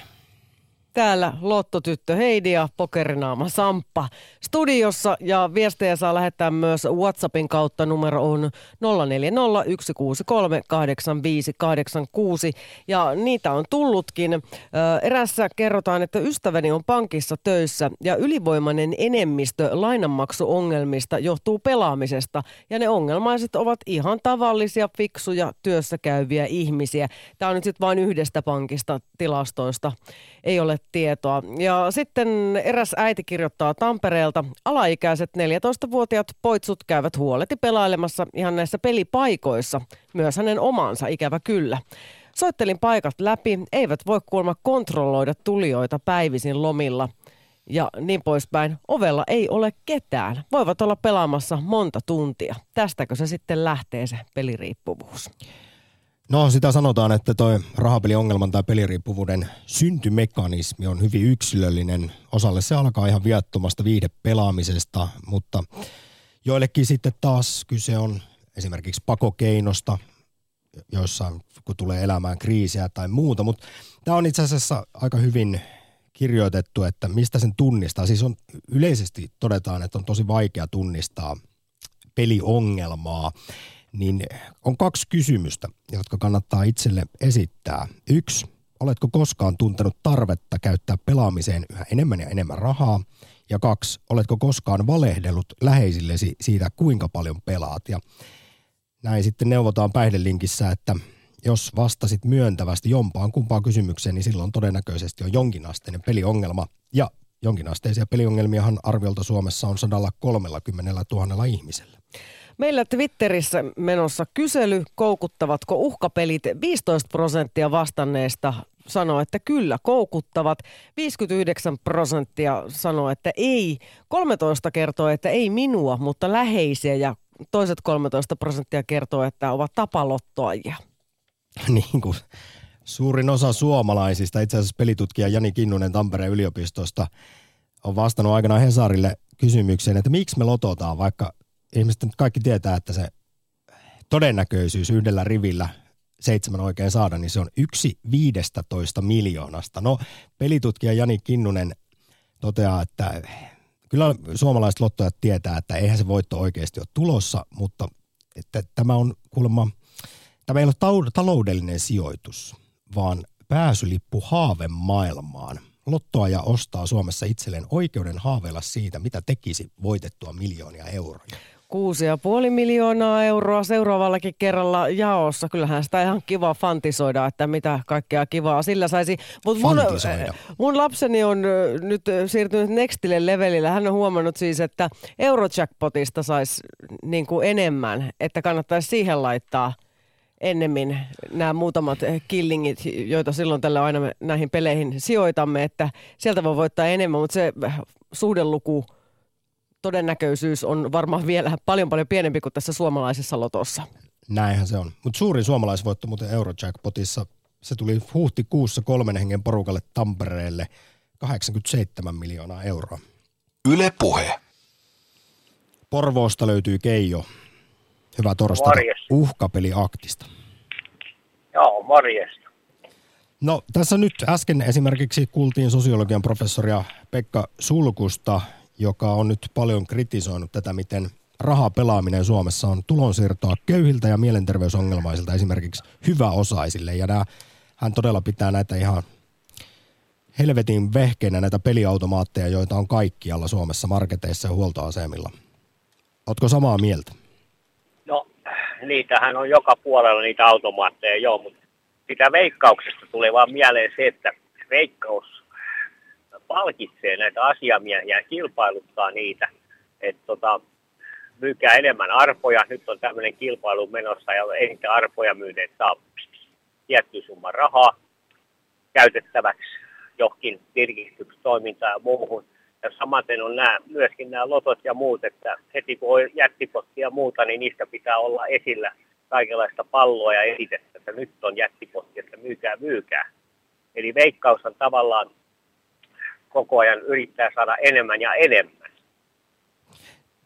Täällä lottotyttö Heidi ja pokerinaama Samppa studiossa, ja viestejä saa lähettää myös WhatsAppin kautta. Numero on nolla neljä nolla yksi kuusi kolme kahdeksan viisi kahdeksan kuusi, ja niitä on tullutkin. Erässä kerrotaan, että ystäväni on pankissa töissä ja ylivoimainen enemmistö lainanmaksuongelmista johtuu pelaamisesta, ja ne ongelmaiset ovat ihan tavallisia, fiksuja, työssä käyviä ihmisiä. Tämä on nyt sitten vain yhdestä pankista, tilastoista ei ole tietoa. Ja sitten eräs äiti kirjoittaa Tampereelta: alaikäiset neljätoistavuotiaat poitsut käyvät huoleti pelailemassa ihan näissä pelipaikoissa. Myös hänen omansa, ikävä kyllä. Soittelin paikat läpi, eivät voi kuulemma kontrolloida tulijoita päivisin lomilla ja niin poispäin. Ovella ei ole ketään. Voivat olla pelaamassa monta tuntia. Tästäkö se sitten lähtee se peliriippuvuus? No, sitä sanotaan, että toi rahapeliongelman tai peliriippuvuuden syntymekanismi on hyvin yksilöllinen. Osalle se alkaa ihan viattomasta viihdepelaamisesta, mutta joillekin sitten taas kyse on esimerkiksi pakokeinosta, joissa kun tulee elämään kriisiä tai muuta. Mutta tämä on itse asiassa aika hyvin kirjoitettu, että mistä sen tunnistaa. Siis on yleisesti todetaan, että on tosi vaikea tunnistaa peliongelmaa. Niin on kaksi kysymystä, jotka kannattaa itselle esittää. Yksi, oletko koskaan tuntenut tarvetta käyttää pelaamiseen yhä enemmän ja enemmän rahaa? Ja kaksi, oletko koskaan valehdellut läheisillesi siitä, kuinka paljon pelaat? Ja näin sitten neuvotaan päihdelinkissä, että jos vastasit myöntävästi jompaan kumpaan kysymykseen, niin silloin todennäköisesti on jonkinasteinen peliongelma. Ja jonkinasteisia peliongelmiahan arviolta Suomessa on sata kolmekymmentätuhatta ihmisellä. Meillä Twitterissä menossa kysely, koukuttavatko uhkapelit. viisitoista prosenttia vastanneista sanoo, että kyllä koukuttavat. viisikymmentäyhdeksän prosenttia sanoo, että ei. kolmetoista kertoo, että ei minua, mutta läheisiä, ja toiset kolmetoista prosenttia kertoo, että ovat tapalottoajia. Niin kuin suurin osa suomalaisista, itse asiassa pelitutkija Jani Kinnunen Tampereen yliopistosta on vastannut aikanaan Hesarille kysymykseen, että miksi me lototaan, vaikka ihmiset nyt kaikki tietää, että se todennäköisyys yhdellä rivillä seitsemän oikein saada, niin se on yksi viidestätoista miljoonasta. No, pelitutkija Jani Kinnunen toteaa, että kyllä suomalaiset lottojat tietää, että eihän se voitto oikeasti ole tulossa, mutta että tämä on kuulemma, tämä ei ole taloudellinen sijoitus, vaan pääsylippu haavemaailmaan. Lottoaja ostaa Suomessa itselleen oikeuden haaveilla siitä, mitä tekisi voitettua miljoonia euroja. Kuusi ja puoli miljoonaa euroa seuraavallakin kerralla jaossa. Kyllähän sitä ihan kiva fantisoida, että mitä kaikkea kivaa sillä saisi. Mut mun, mun lapseni on nyt siirtynyt nextille levelille. Hän on huomannut siis, että Eurojackpotista saisi niin kuin enemmän, että kannattaisi siihen laittaa ennemmin nämä muutamat killingit, joita silloin tällä aina me näihin peleihin sijoitamme, että sieltä voi voittaa enemmän, mutta se suhdeluku, todennäköisyys on varmaan vielä paljon paljon pienempi kuin tässä suomalaisessa lotossa. Näinhän se on. Mutta suurin suomalaisvoitto muuten Eurojackpotissa, se tuli huhtikuussa kolmen hengen porukalle Tampereelle kahdeksankymmentäseitsemän miljoonaa euroa. Yle Puhe. Porvoosta löytyy Keijo. Hyvää torstaita uhkapeliaktista. Joo, morjesta. No tässä nyt äsken esimerkiksi kuultiin sosiologian professoria Pekka Sulkusta, joka on nyt paljon kritisoinut tätä, miten rahapelaaminen Suomessa on tulonsiirtoa köyhiltä ja mielenterveysongelmaisilta esimerkiksi hyväosaisille. Ja nämä, hän todella pitää näitä ihan helvetin vehkeinä näitä peliautomaatteja, joita on kaikkialla Suomessa marketeissa ja huoltoasemilla. Ootko samaa mieltä? No, niitähän on joka puolella niitä automaatteja, joo, mutta sitä Veikkauksesta tulee vaan mieleen se, että Veikkaus palkitsee näitä asiamiehiä ja kilpailuttaa niitä, että tota, myykää enemmän arpoja, nyt on tämmöinen kilpailu menossa ja eniten arpoja myyneet saa tietty summa rahaa käytettäväksi johonkin virkistystoimintaan ja muuhun. Ja samaten on nämä, myöskin nämä lotot ja muut, että heti kun on jättipottia ja muuta, niin niistä pitää olla esillä kaikenlaista palloa ja esitettä, että nyt on jättipotti, että myykää, myykää. Eli Veikkaus on tavallaan koko ajan yrittää saada enemmän ja enemmän.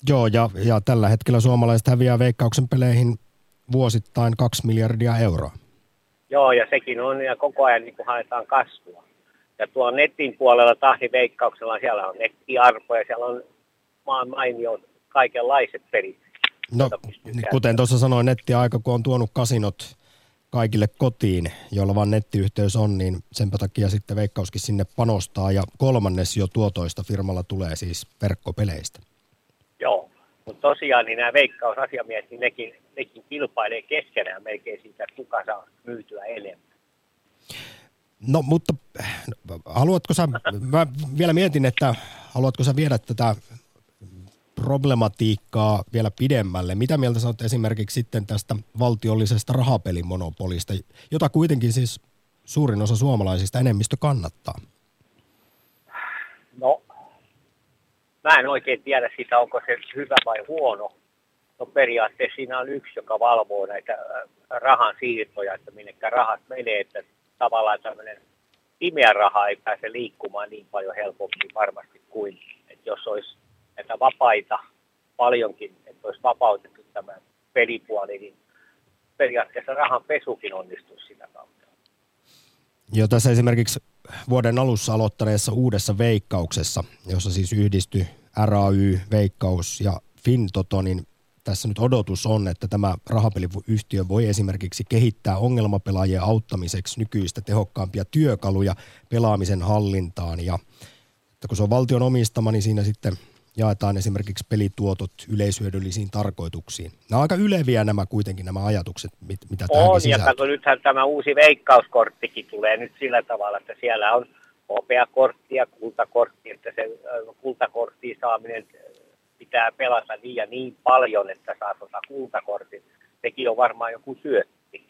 Joo, ja, ja tällä hetkellä suomalaiset häviää Veikkauksen peleihin vuosittain kaksi miljardia euroa. Joo, ja sekin on, ja koko ajan niin kuin haetaan kasvua. Ja tuo netin puolella tahdiveikkauksella, siellä on nettiarpoja, siellä on maan mainio kaikenlaiset pelit. No, kuten tuossa sanoin, nettiaika, kun on tuonut kasinot kaikille kotiin, joilla vaan nettiyhteys on, niin sen takia sitten Veikkauskin sinne panostaa, ja kolmannes jo tuotoista firmalla tulee siis verkkopeleistä. Joo, mutta tosiaan niin nämä veikkausasiamiehet, niin nekin, nekin kilpailee keskenään melkein siitä, että kuka saa myytyä enemmän. No, mutta haluatko sä, mä vielä mietin, että haluatko sä viedä tätä problematiikkaa vielä pidemmälle? Mitä mieltä sä oot esimerkiksi sitten tästä valtiollisesta rahapelimonopolista, jota kuitenkin siis suurin osa suomalaisista enemmistö kannattaa? No, mä en oikein tiedä sitä, onko se hyvä vai huono. No periaatteessa siinä on yksi, joka valvoo näitä rahan siirtoja, että minnekä rahat menee, että tavallaan tämmöinen pimeä raha ei pääse liikkumaan niin paljon helpommin varmasti kuin, että jos olisi näitä vapaita paljonkin, että olisi vapautettu tämä pelipuoli, niin periaatteessa rahan pesukin onnistuisi sitä kautta. Jo tässä esimerkiksi vuoden alussa aloittaneessa uudessa Veikkauksessa, jossa siis yhdistyi R A Y, Veikkaus ja Fintoto, niin tässä nyt odotus on, että tämä rahapeliyhtiö voi esimerkiksi kehittää ongelmapelaajien auttamiseksi nykyistä tehokkaampia työkaluja pelaamisen hallintaan. Ja että kun se on valtion omistama, niin siinä sitten jaetaan esimerkiksi pelituotot yleishyödyllisiin tarkoituksiin. Nämä on aika yleviä nämä kuitenkin nämä ajatukset, mit, mitä tähänkin on, sisältyy. Ja kato, nythän tämä uusi veikkauskorttikin tulee nyt sillä tavalla, että siellä on hopeakortti ja kultakortti, että se kultakorttiin saaminen pitää pelata niin ja niin paljon, että saa tuota kultakortin. Sekin on varmaan joku syötti.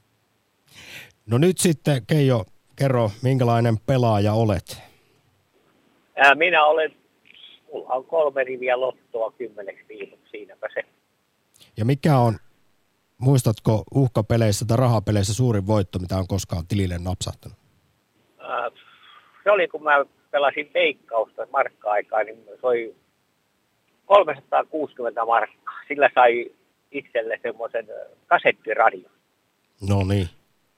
No nyt sitten, Keijo, kerro, minkälainen pelaaja olet? Ää, minä olen, mulla on kolme riviä lottoa kymmeneksi viikoksi, siinäpä se. Ja mikä on, muistatko uhkapeleissä tai rahapeleissä suurin voitto, mitä on koskaan tilille napsahtanut? Ää, se oli, kun mä pelasin Veikkausta markka-aikaa, niin se oli kolmesataakuusikymmentä markkaa. Sillä sai itselle semmoisen kasettiradion. No niin.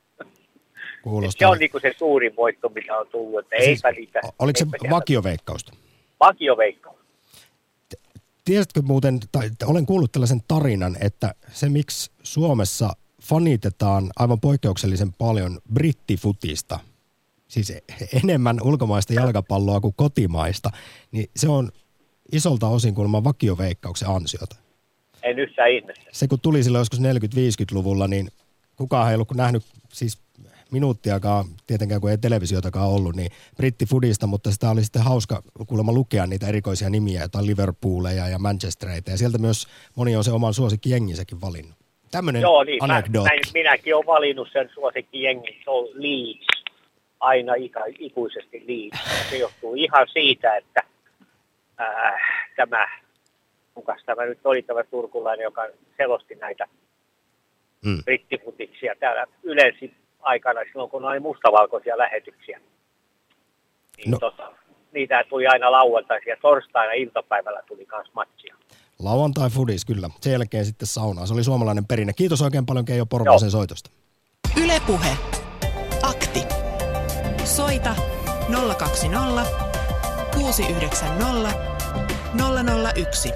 Se on niinku se suurin voitto, mitä on tullut. Että siis, eipä niitä, oliko se eipä vakioveikkausta? Vakioveikkaus. Tiesitkö muuten, tai olen kuullut tällaisen tarinan, että se miksi Suomessa fanitetaan aivan poikkeuksellisen paljon brittifutista, siis enemmän ulkomaista jalkapalloa kuin kotimaista, niin se on isolta osin kuulemma vakioveikkauksen ansiota. En yhtään ihmeessä. Se kun tuli silloin joskus neljäkymmentä-viisikymmentäluvulla, niin kukaan ei ollut nähnyt siis minuuttiakaan, tietenkään kun ei televisiotakaan ollut, niin brittifudista, mutta sitä oli sitten hauska kuulemma lukea niitä erikoisia nimiä, jotain Liverpooleja ja Manchestereita, ja sieltä myös moni on se oman suosikkijengisäkin valinnut. Tämmöinen Joo, niin, anekdootti. Mä, minäkin olen valinnut sen suosikkijengin, se on Leeds, aina ikuisesti Leeds. Se johtuu ihan siitä, että Äh, tämä, kukas tämä nyt oli tämä turkulainen, joka selosti näitä mm. brittifutiksia täällä ylensi aikana silloin, kun oli mustavalkoisia lähetyksiä. Niin no. tota, niitä tuli aina lauantaisin ja torstaina iltapäivällä tuli myös matsia. Lauantai fudis, kyllä. Sen jälkeen sitten saunaa. Se oli suomalainen perinne. Kiitos oikein paljon Keijo Porvoisen soitosta. Yle Puhe. Akti. Soita nolla kaksi nolla kuusi yhdeksän nolla nolla nolla yksi.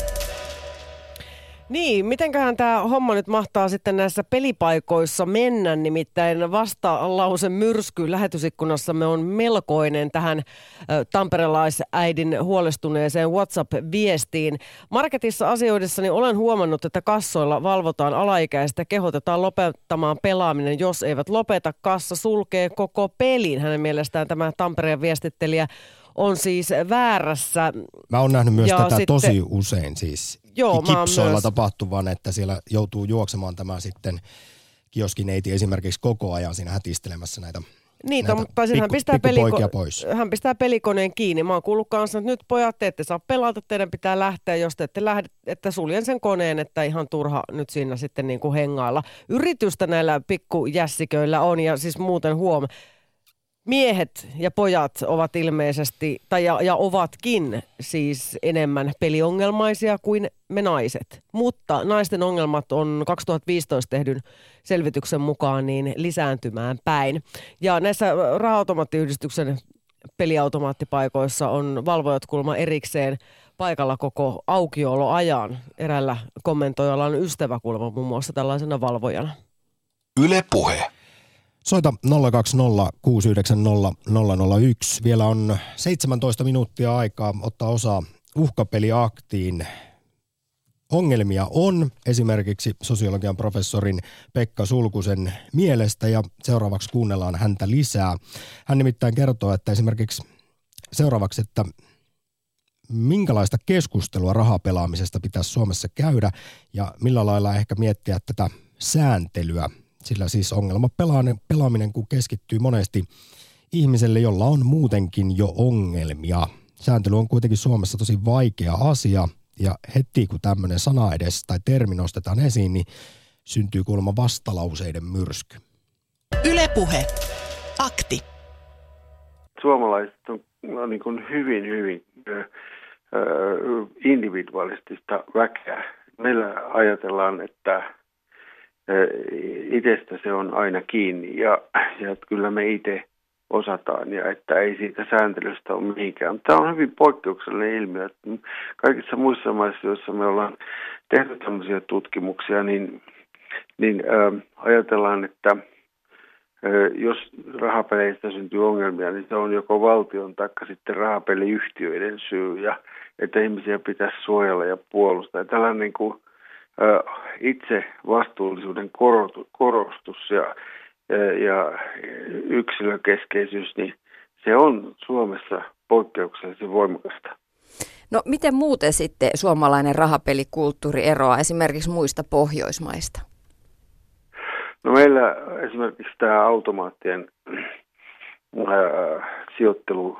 Niin, mitenköhän tämä homma nyt mahtaa sitten näissä pelipaikoissa mennä, nimittäin vastalause myrsky lähetysikkunassamme on melkoinen tähän tamperelaisäidin huolestuneeseen WhatsApp-viestiin. Marketissa asioidessani olen huomannut, että kassoilla valvotaan alaikäistä ja kehotetaan lopettamaan pelaaminen. Jos eivät lopeta, kassa sulkee koko pelin. Hänen mielestään tämä Tampereen viestittelijä on siis väärässä. Mä oon nähnyt myös ja tätä sitten tosi usein siis joo, kipsoilla myös tapahtuvan, että siellä joutuu juoksemaan tämä sitten kioskineiti esimerkiksi koko ajan siinä hätistelemässä näitä, Niin, näitä mutta pikku, hän, pistää pikkupoikia peliko- pois. hän pistää pelikoneen kiinni. Mä oon kuullut kanssa, että nyt pojat, te ette saa pelata, teidän pitää lähteä, jos te ette lähde, että suljen sen koneen, että ihan turha nyt siinä sitten niin kuin hengailla. Yritystä näillä pikkujässiköillä on ja siis muuten huom. miehet ja pojat ovat ilmeisesti, tai ja, ja ovatkin siis enemmän peliongelmaisia kuin me naiset. Mutta naisten ongelmat on kaksituhattaviisitoista tehdyn selvityksen mukaan niin lisääntymään päin. Ja näissä raha-automaattiyhdistyksen peliautomaattipaikoissa on valvojat kulma erikseen paikalla koko aukioloajan. Erällä kommentoijalla on ystäväkulma muun muassa tällaisena valvojana. Yle Puhe. Soita nolla kaksi nolla kuusi yhdeksän nolla nolla nolla yksi. Vielä on seitsemäntoista minuuttia aikaa ottaa osaa uhkapeliaktiin. Ongelmia on esimerkiksi sosiologian professorin Pekka Sulkusen mielestä ja seuraavaksi kuunnellaan häntä lisää. Hän nimittäin kertoo, että esimerkiksi seuraavaksi, että minkälaista keskustelua rahapelaamisesta pitäisi Suomessa käydä ja millä lailla ehkä miettiä tätä sääntelyä. Sillä siis ongelma pelaaminen, kun keskittyy monesti ihmiselle, jolla on muutenkin jo ongelmia. Sääntely on kuitenkin Suomessa tosi vaikea asia ja heti kun tämmöinen sana edes tai termi nostetaan esiin, niin syntyy kuulemma vastalauseiden myrsky. Yle Puhe. Akti. Suomalaiset on, on niin kuin hyvin, hyvin äh, individualistista väkeä. Meillä ajatellaan, että itsestä se on aina kiinni ja, ja kyllä me itse osataan ja että ei siitä sääntelystä ole mihinkään. Tämä on hyvin poikkeuksellinen ilmiö. Kaikissa muissa maissa, joissa me ollaan tehty tämmöisiä tutkimuksia, niin, niin ä, ajatellaan, että ä, jos rahapeleistä syntyy ongelmia, niin se on joko valtion tai sitten rahapeliyhtiöiden syy ja että ihmisiä pitäisi suojella ja puolustaa. Ja tällainen niin kuin itse vastuullisuuden korostus ja, ja yksilökeskeisyys, niin se on Suomessa poikkeuksellisen voimakasta. No miten muuten sitten suomalainen rahapelikulttuuri eroaa esimerkiksi muista Pohjoismaista? No meillä esimerkiksi tämä automaattien ää, sijoittelu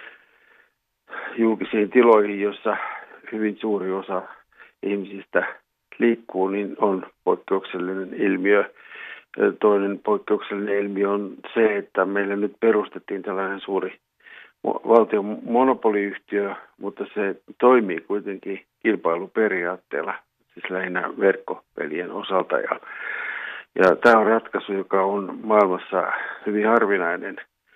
julkisiin tiloihin, jossa hyvin suuri osa ihmisistä liikkuu, niin on poikkeuksellinen ilmiö. Toinen poikkeuksellinen ilmiö on se, että meillä nyt perustettiin tällainen suuri valtion monopoliyhtiö, mutta se toimii kuitenkin kilpailuperiaatteella, siis lähinnä verkkopelien osalta. Ja, ja tämä on ratkaisu, joka on maailmassa hyvin harvinainen.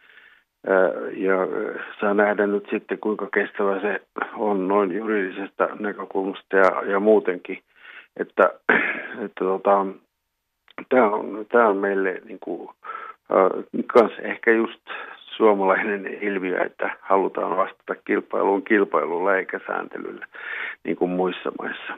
Ja saa nähdä nyt sitten, kuinka kestävä se on noin juridisesta näkökulmasta ja, ja muutenkin. Että, että tota, tämä on, tämä on meille niin kuin, äh, kans ehkä just suomalainen ilmiö, että halutaan vastata kilpailuun kilpailulla eikä sääntelyllä niin kuin muissa maissa.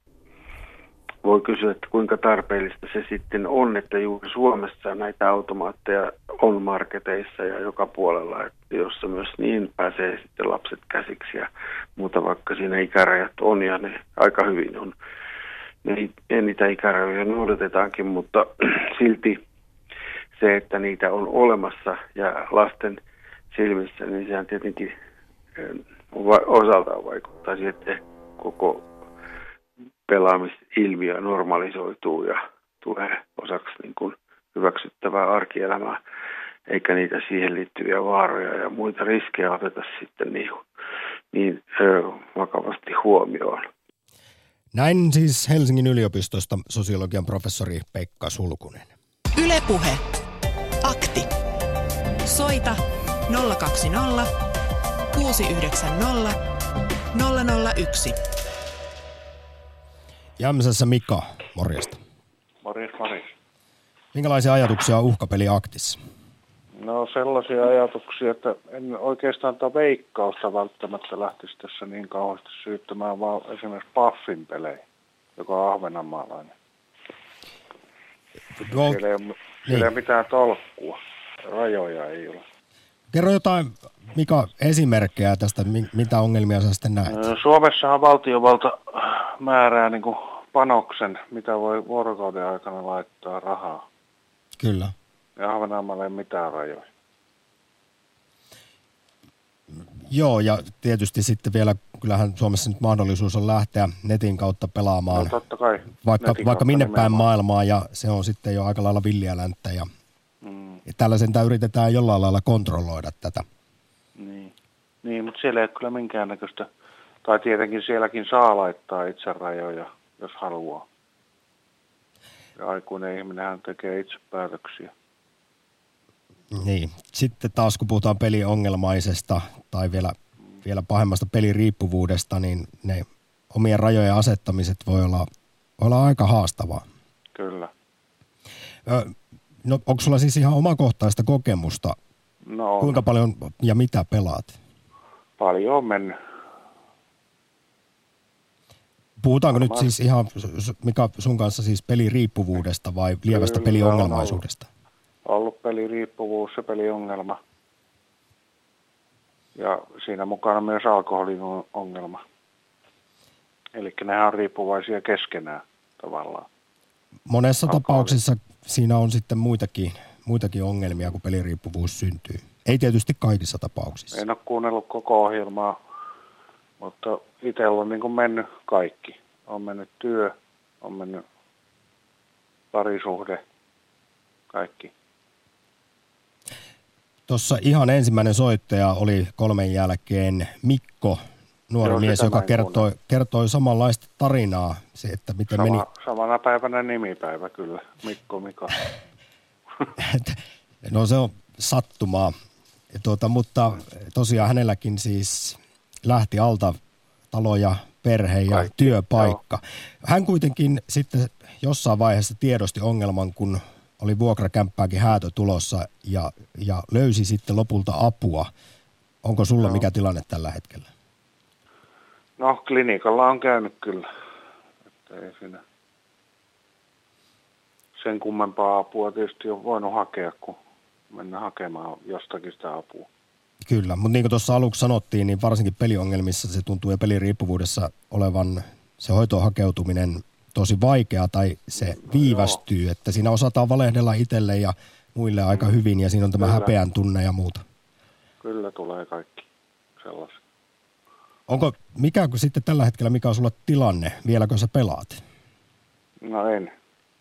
Voi kysyä, että kuinka tarpeellista se sitten on, että juuri Suomessa näitä automaatteja on marketeissa ja joka puolella, että jossa myös niin pääsee sitten lapset käsiksi ja muuta, vaikka siinä ikärajat on ja ne aika hyvin on. Ne, niitä ikärajoja noudatetaankin, mutta silti se, että niitä on olemassa ja lasten silmissä, niin sehän tietenkin osaltaan vaikuttaa siihen, että koko pelaamisilmiö normalisoituu ja tulee osaksi niin kuin hyväksyttävää arkielämää, eikä niitä siihen liittyviä vaaroja ja muita riskejä oteta sitten niin, niin ö, vakavasti huomioon. Näin siis Helsingin yliopistosta sosiologian professori Pekka Sulkunen. Yle Puhe. Akti. Soita nolla kaksi nolla kuusi yhdeksän nolla nolla nolla yksi. Jämsässä Mika, morjesta. Morjes, morjes. Minkälaisia ajatuksia on uhkapeliaktissa? No sellaisia ajatuksia, että en oikeastaan tuota Veikkausta välttämättä lähtisi tässä niin kauheasti syyttämään, vaan esimerkiksi Paffin pelejä, joka on ahvenanmaalainen. No, siellä ei ole, siellä ei niin. mitään tolkkua, rajoja ei ole. Kerro jotain, Mika, esimerkkejä tästä, mitä ongelmia sä sitten näet? Suomessahan valtiovalta määrää niin kuin panoksen, mitä voi vuorokauden aikana laittaa rahaa. Kyllä. Ja Ahvenanmaalla ei mitään rajoja. Joo, ja tietysti sitten vielä, kyllähän Suomessa nyt mahdollisuus on lähteä netin kautta pelaamaan. No totta kai. Vaikka, vaikka minne päin maailmaa, ja se on sitten jo aika lailla villiä länttä. Ja... Mm. Tällä sentään yritetään jollain lailla kontrolloida tätä. Niin, niin mutta siellä ei ole kyllä minkäännäköistä, tai tietenkin sielläkin saa laittaa itse rajoja, jos haluaa. Ja aikuinen ihminenhän tekee itse päätöksiä. Niin. Sitten taas kun puhutaan peliongelmaisesta tai vielä, vielä pahemmasta peliriippuvuudesta, niin ne omien rajojen asettamiset voi olla, voi olla aika haastavaa. Kyllä. Ö, no, onko sulla siis ihan omakohtaista kokemusta? No on. Kuinka paljon ja mitä pelaat? Paljon on mennyt. Puhutaanko Varmaan. nyt siis ihan, Mika, sun kanssa siis peliriippuvuudesta vai lievästä Kyllä, peliongelmaisuudesta? On ollut peliriippuvuus ja peliongelma. Ja siinä mukana myös alkoholin ongelma. Eli nehän on riippuvaisia keskenään tavallaan. Monessa Alkoholi. tapauksessa siinä on sitten muitakin, muitakin ongelmia, kun peliriippuvuus syntyy. Ei tietysti kaikissa tapauksissa. En ole kuunnellut koko ohjelmaa, mutta itsellä on niin kuin mennyt kaikki. On mennyt työ, on mennyt parisuhde, kaikki. Tuossa ihan ensimmäinen soittaja oli kolmen jälkeen Mikko, nuori Joo, mies, joka kertoi, kuunnella. kertoi samanlaista tarinaa. Se, että miten Sama, meni. Samana päivänä nimipäivä kyllä, Mikko Mika. No se on sattumaa. Ja tuota, mutta tosiaan hänelläkin siis lähti alta talo ja perhe ja Kaikki, työpaikka. Joo. Hän kuitenkin sitten jossain vaiheessa tiedosti ongelman, kun oli vuokrakämppääkin häätö tulossa ja, ja löysi sitten lopulta apua. Onko sulla Joo. mikä tilanne tällä hetkellä? No klinikalla on käynyt kyllä. Että ei siinä sen kummempaa apua tietysti on voinut hakea, kun mennä hakemaan jostakin sitä apua. Kyllä, mutta niin kuin tuossa aluksi sanottiin, niin varsinkin peliongelmissa se tuntuu ja peliriippuvuudessa olevan se hoitoon hakeutuminen tosi vaikeaa tai se viivästyy, no, että siinä osataan valehdella itselle ja muille aika mm. hyvin ja siinä on tämä Kyllä. häpeän tunne ja muuta. Kyllä tulee kaikki sellaisia. Onko, mikä kun sitten tällä hetkellä, mikä on sulla tilanne, vieläkö sä pelaat? No en.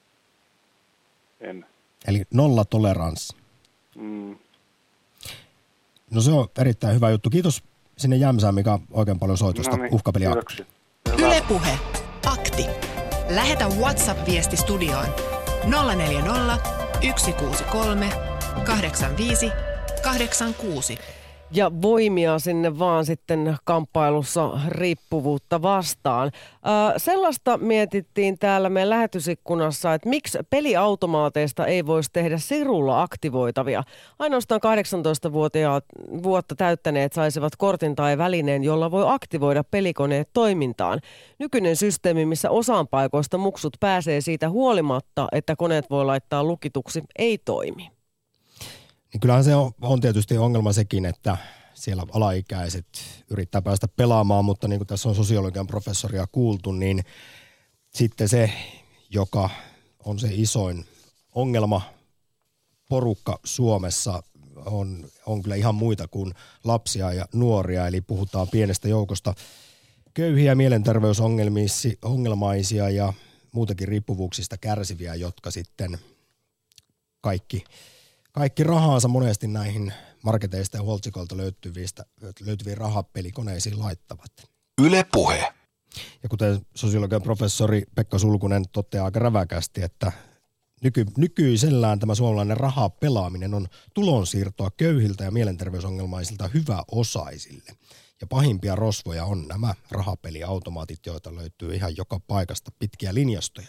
En. Eli nolla toleranssi. Mm. No se on erittäin hyvä juttu. Kiitos sinne Jämsään, Mika, oikein paljon soitosta no niin, uhkapeliaktiin. Yle Puhe. Akti. Lähetä WhatsApp-viesti studioon nolla neljä nolla, yksi kuusi kolme, kahdeksan viisi, kahdeksan kuusi. Ja voimia sinne vaan sitten kamppailussa riippuvuutta vastaan. Äh, sellaista mietittiin täällä meidän lähetysikkunassa, että miksi peliautomaateista ei voisi tehdä sirulla aktivoitavia. Ainoastaan kahdeksantoista vuotta täyttäneet saisivat kortin tai välineen, jolla voi aktivoida pelikoneet toimintaan. Nykyinen systeemi, missä osaan paikoista muksut pääsee siitä huolimatta, että koneet voi laittaa lukituksi, ei toimi. Niin kyllähän se on, on tietysti ongelma sekin, että siellä alaikäiset yrittää päästä pelaamaan, mutta niin kuin tässä on sosiologian professoria kuultu, niin sitten se, joka on se isoin ongelma porukka Suomessa, on, on kyllä ihan muita kuin lapsia ja nuoria, eli puhutaan pienestä joukosta köyhiä mielenterveysongelmaisia ja muutakin riippuvuuksista kärsiviä, jotka sitten kaikki Kaikki rahaansa monesti näihin marketeista ja huoltsikoilta löytyvistä, löytyviin rahapelikoneisiin laittavat. Yle Puhe. Ja kuten sosiologian professori Pekka Sulkunen toteaa aika räväkästi, että nyky, nykyisellään tämä suomalainen rahapelaaminen on tulonsiirtoa köyhiltä ja mielenterveysongelmaisilta hyväosaisille. Ja pahimpia rosvoja on nämä rahapeliautomaatit, joita löytyy ihan joka paikasta pitkiä linjastoja.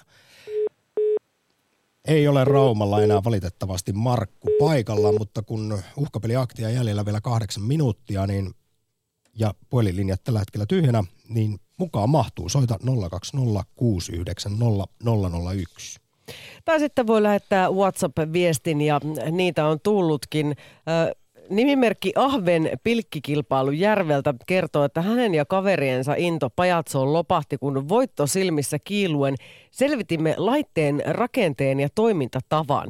Ei ole Raumalla enää valitettavasti Markku paikalla, mutta kun uhkapeliaktia jäljellä vielä kahdeksan minuuttia niin, ja puhelinlinjat tällä hetkellä tyhjänä, niin mukaan mahtuu. Soita nolla kaksi nolla kuusi yhdeksän nolla nolla nolla yksi. Tai sitten voi lähettää WhatsApp-viestin ja niitä on tullutkin. Nimimerkki Ahven pilkkikilpailu Järveltä kertoo, että hänen ja kaveriensa into pajatsoon lopahti, kun voitto silmissä kiiluen selvitimme laitteen rakenteen ja toimintatavan.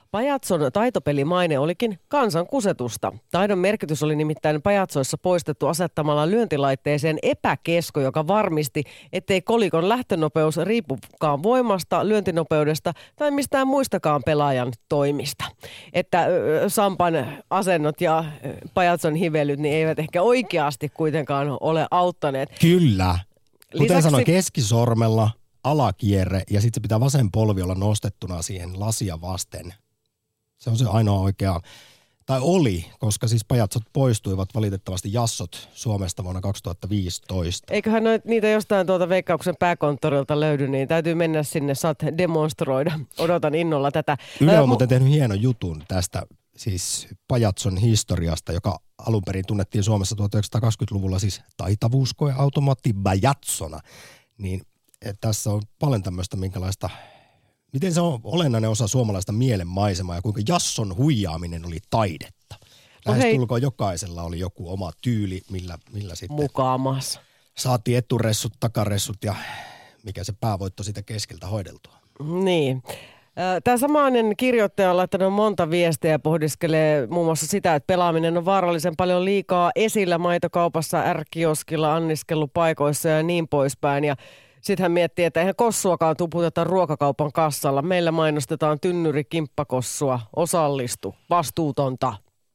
Pajatson taitopelimaine olikin kansankusetusta. Taidon merkitys oli nimittäin pajatsoissa poistettu asettamalla lyöntilaitteeseen epäkesko, joka varmisti, ettei kolikon lähtönopeus riippukaan voimasta, lyöntinopeudesta tai mistään muistakaan pelaajan toimista. Että Sampan asennot ja Pajatson hivelyt niin eivät ehkä oikeasti kuitenkaan ole auttaneet. Kyllä. Kuten Lisäksi... sanoin, keskisormella alakierre ja sitten se pitää vasen polvi olla nostettuna siihen lasia vasten. Se on se ainoa oikea, tai oli, koska siis pajatsot poistuivat valitettavasti jassot Suomesta vuonna kaksituhattaviisitoista. Eiköhän noit, niitä jostain tuolta Veikkauksen pääkonttorilta löydy, niin täytyy mennä sinne, saat demonstroida. Odotan innolla tätä. Yle on Mu- muuten tehnyt hienon jutun tästä siis pajatson historiasta, joka alun perin tunnettiin Suomessa tuhatyhdeksänsataakaksikymmentäluvulla siis taitavuuskoeautomaatti Bajatsona. Niin tässä on paljon tämmöistä minkälaista, miten se on olennainen osa suomalaista mielenmaisemaa ja kuinka jasson huijaaminen oli taidetta. Lähestulkoon jokaisella oli joku oma tyyli, millä, millä sitten mukaamassa saatiin eturessut, takaressut ja mikä se päävoitto siitä keskeltä hoideltua. Niin. Tämä samainen kirjoittaja on laittanut monta viestiä ja pohdiskelee muun muassa sitä, että pelaaminen on vaarallisen paljon liikaa esillä maitokaupassa, ärkioskilla, anniskelupaikoissa ja niin poispäin. Ja sitten hän miettii, että eihän kossuakaan tuputeta ruokakaupan kassalla. Meillä mainostetaan tynnyrikimppakossua, osallistu, vastuutonta.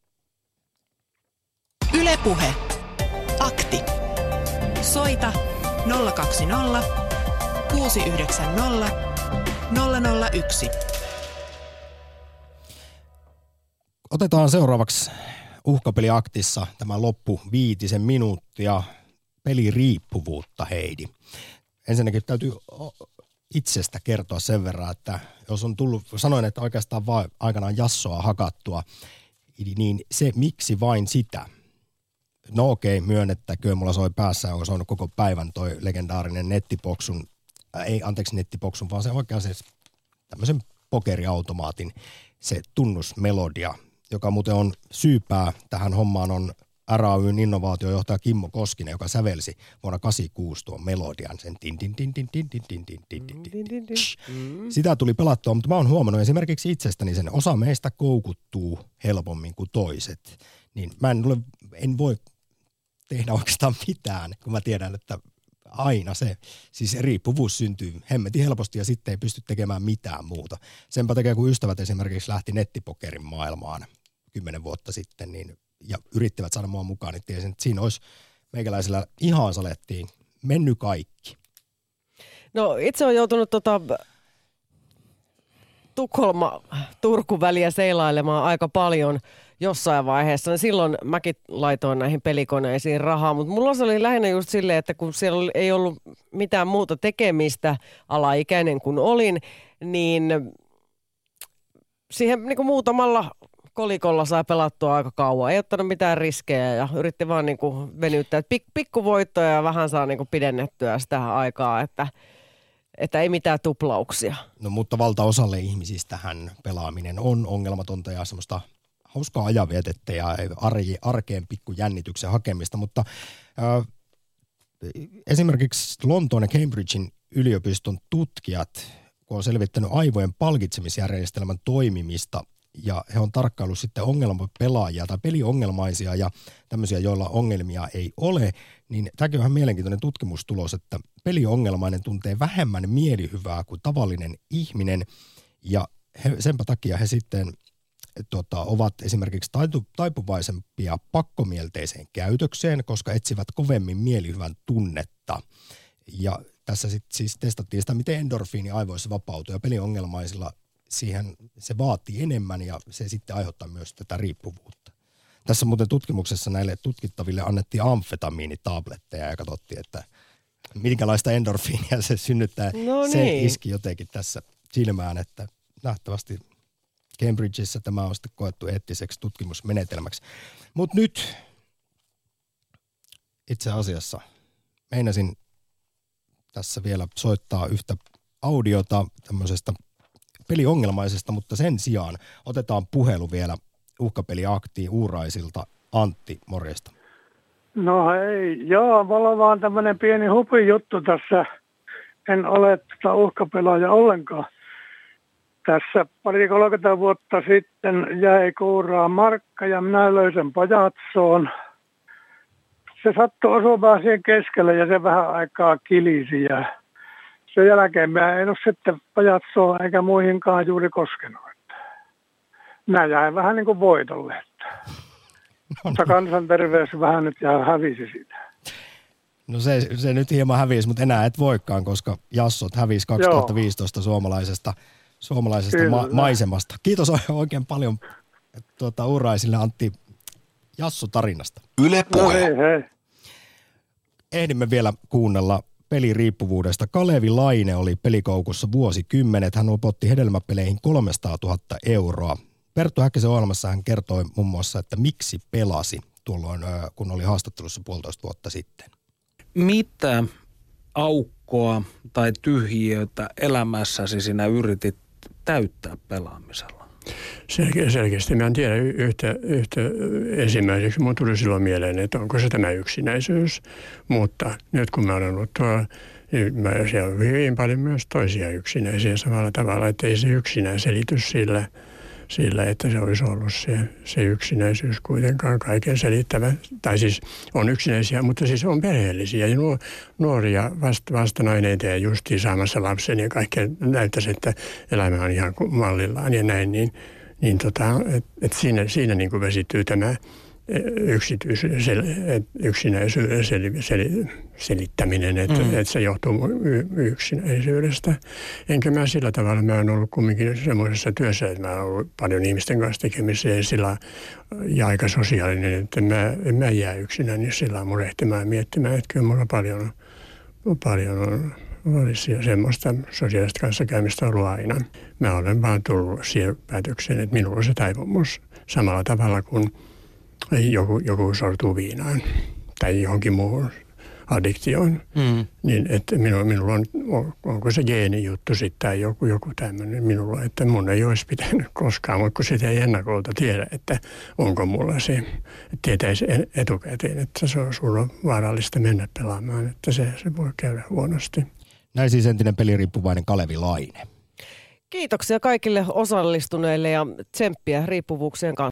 Yle Puhe. Akti. Soita nolla kaksi nolla kuusi yhdeksän nolla nolla nolla yksi. Otetaan seuraavaksi Uhkapeliaktissa tämä loppu viitisen minuuttia peliriippuvuutta, Heidi. Ensinnäkin täytyy itsestä kertoa sen verran, että jos on tullut, sanoin, että oikeastaan vaan aikanaan jassoa hakattua, niin se miksi vain sitä? No okei, myönnettäköön, mulla soi päässä, on soinut koko päivän toi legendaarinen nettipoksun, äh, ei anteeksi nettipoksun, vaan se oikein se tämmöisen pokeriautomaatin se tunnusmelodia, joka muuten on syypää tähän hommaan on R A Y:n innovaatiojohtaja Kimmo Koskinen, joka sävelsi vuonna kahdeksankymmentäkuusi tuon melodian, sen tin tin tin tin tin tin tin tin tin tin tin tin. Sitä tuli pelattua, mutta mä oon huomannut esimerkiksi itsestäni sen, osa meistä koukuttuu helpommin kuin toiset. Niin mä en, ole, en voi tehdä oikeastaan mitään, kun mä tiedän, että aina se, siis riippuvuus syntyy hemmetin helposti ja sitten ei pysty tekemään mitään muuta. Senpä takia, kun ystävät esimerkiksi lähti nettipokerin maailmaan kymmenen vuotta sitten, niin ja yrittivät saada mua mukaan, niin tiesin, että siinä olisi meikäläisellä ihan salettiin mennyt kaikki. No itse olen joutunut tota Tukholma-Turku-väliä seilailemaan aika paljon jossain vaiheessa. Silloin mäkin laitoin näihin pelikoneisiin rahaa, mutta mulla se oli lähinnä just silleen, että kun siellä ei ollut mitään muuta tekemistä, alaikäinen kun olin, niin siihen niin kuin muutamalla kolikolla sai pelattua aika kauan. Ei ottanut mitään riskejä ja yritti vaan niin kuin venyttää. Pik- pikkuvoittoja ja vähän saa niin kuin pidennettyä sitä aikaa, että, että ei mitään tuplauksia. No mutta valtaosalle ihmisistähän pelaaminen on ongelmatonta ja semmoista hauskaa ajanvietettä ja arje, arkeen pikkujännityksen hakemista, mutta äh, esimerkiksi Lontoon ja Cambridgein yliopiston tutkijat, kun on selvittänyt aivojen palkitsemisjärjestelmän toimimista, ja he on tarkkaillut sitten ongelmapelaajia tai peliongelmaisia ja tämmöisiä, joilla ongelmia ei ole, niin tämäkin on ihan mielenkiintoinen tutkimustulos, että peliongelmainen tuntee vähemmän mielihyvää kuin tavallinen ihminen ja he, senpä takia he sitten tota, ovat esimerkiksi taitu, taipuvaisempia pakkomielteiseen käytökseen, koska etsivät kovemmin mielihyvän tunnetta. Ja tässä sitten siis testattiin sitä, miten endorfiini aivoissa vapautuu ja peliongelmaisilla siihen se vaatii enemmän ja se sitten aiheuttaa myös tätä riippuvuutta. Tässä muuten tutkimuksessa näille tutkittaville annettiin amfetamiinitabletteja ja katsottiin, että minkälaista endorfiinia se synnyttää. No niin. Se iski jotenkin tässä silmään, että nähtävästi Cambridgeissa tämä on sitten koettu eettiseksi tutkimusmenetelmäksi. Mutta nyt itse asiassa meinasin tässä vielä soittaa yhtä audiota tämmöisestä peliongelmaisesta, mutta sen sijaan otetaan puhelu vielä Uhkapeliaktiin Uuraisilta. Antti, morjesta. No hei, joo, mulla on vaan tämmöinen pieni hupijuttu tässä. En ole tätä uhkapelaaja ollenkaan. tässä pari kolmekymmentä vuotta sitten jäi kouraan markka ja minä löin sen pajatsoon. Se sattui osumaan siihen keskelle ja se vähän aikaa kilisi ja sen jälkeen minä en ole sitten pajatsoon eikä muihinkaan juuri koskenut. Minä jäin vähän niin kuin voitolle, että. Mutta kansanterveys vähän nyt ja hävisi sitä. No se, se nyt hieman hävisi, mutta enää et voikaan, koska jassot hävisi kaksituhattaviisitoista Joo. suomalaisesta, suomalaisesta ma- maisemasta. Kiitos oikein paljon tuota, Uuraisille Antti Jassu-tarinasta. Yle Puhe. No hei, hei. Ehdimme vielä kuunnella peliriippuvuudesta. Kalevi Laine oli pelikoukussa vuosikymmenet. Hän upotti hedelmäpeleihin kolmesataatuhatta euroa. Perttu Häkkisen ohjelmassa hän kertoi muun muassa, että miksi pelasi tuolloin, kun oli haastattelussa puolitoista vuotta sitten. Mitä aukkoa tai tyhjiötä elämässäsi sinä yritit täyttää pelaamisella? Selke- selkeästi. Mä en tiedä yhtä, yhtä ensimmäiseksi. Mun tuli silloin mieleen, että onko se tämä yksinäisyys. Mutta nyt kun mä olen ollut tuolla, niin mä, siellä on hyvin paljon myös toisia yksinäisiä samalla tavalla, että ei se yksinään selitys sillä, sillä että se olisi ollut se, se yksinäisyys kuitenkaan kaiken selittävä. Tai siis on yksinäisiä, mutta siis on perheellisiä ja nuo, nuoria vasta, vasta naineita ja justiin saamassa lapsen ja kaikkea näyttäisi, että elämä on ihan mallillaan ja näin, niin, niin tota, että et siinä, siinä niin kuin vesittyy tämä yksityis- sel, yksinäisyyden sel, sel, selittäminen, että mm. et se johtuu y, yksinäisyydestä. Enkä mä sillä tavalla, mä oon ollut kumminkin semmoisessa työssä, että mä oon ollut paljon ihmisten kanssa tekemisissä ja, sillä, ja aika sosiaalinen, että mä, en mä jää yksinään niin sillä murehtimaan ja miettimään, että kyllä mulla paljon, paljon on olisi semmoista sosiaalista kanssakäymistä ollut aina. Mä olen vaan tullut siihen päätökseen, että minulla on se taipumus samalla tavalla kuin Joku, joku sortuu viinaan tai johonkin muuhun addiktioon, mm. niin että minulla, minulla on, onko se geenijuttu sitten tai joku, joku tämmöinen minulla, että mun ei olisi pitänyt koskaan, mutta kun sitä ei ennakolta tiedä, että onko mulla se, että tietäisi etukäteen, että se on sulla vaarallista mennä pelaamaan, että se, se voi käydä huonosti. Näin siis entinen peliriippuvainen Kalevi Laine. Kiitoksia kaikille osallistuneille ja tsemppiä riippuvuuksien kanssa.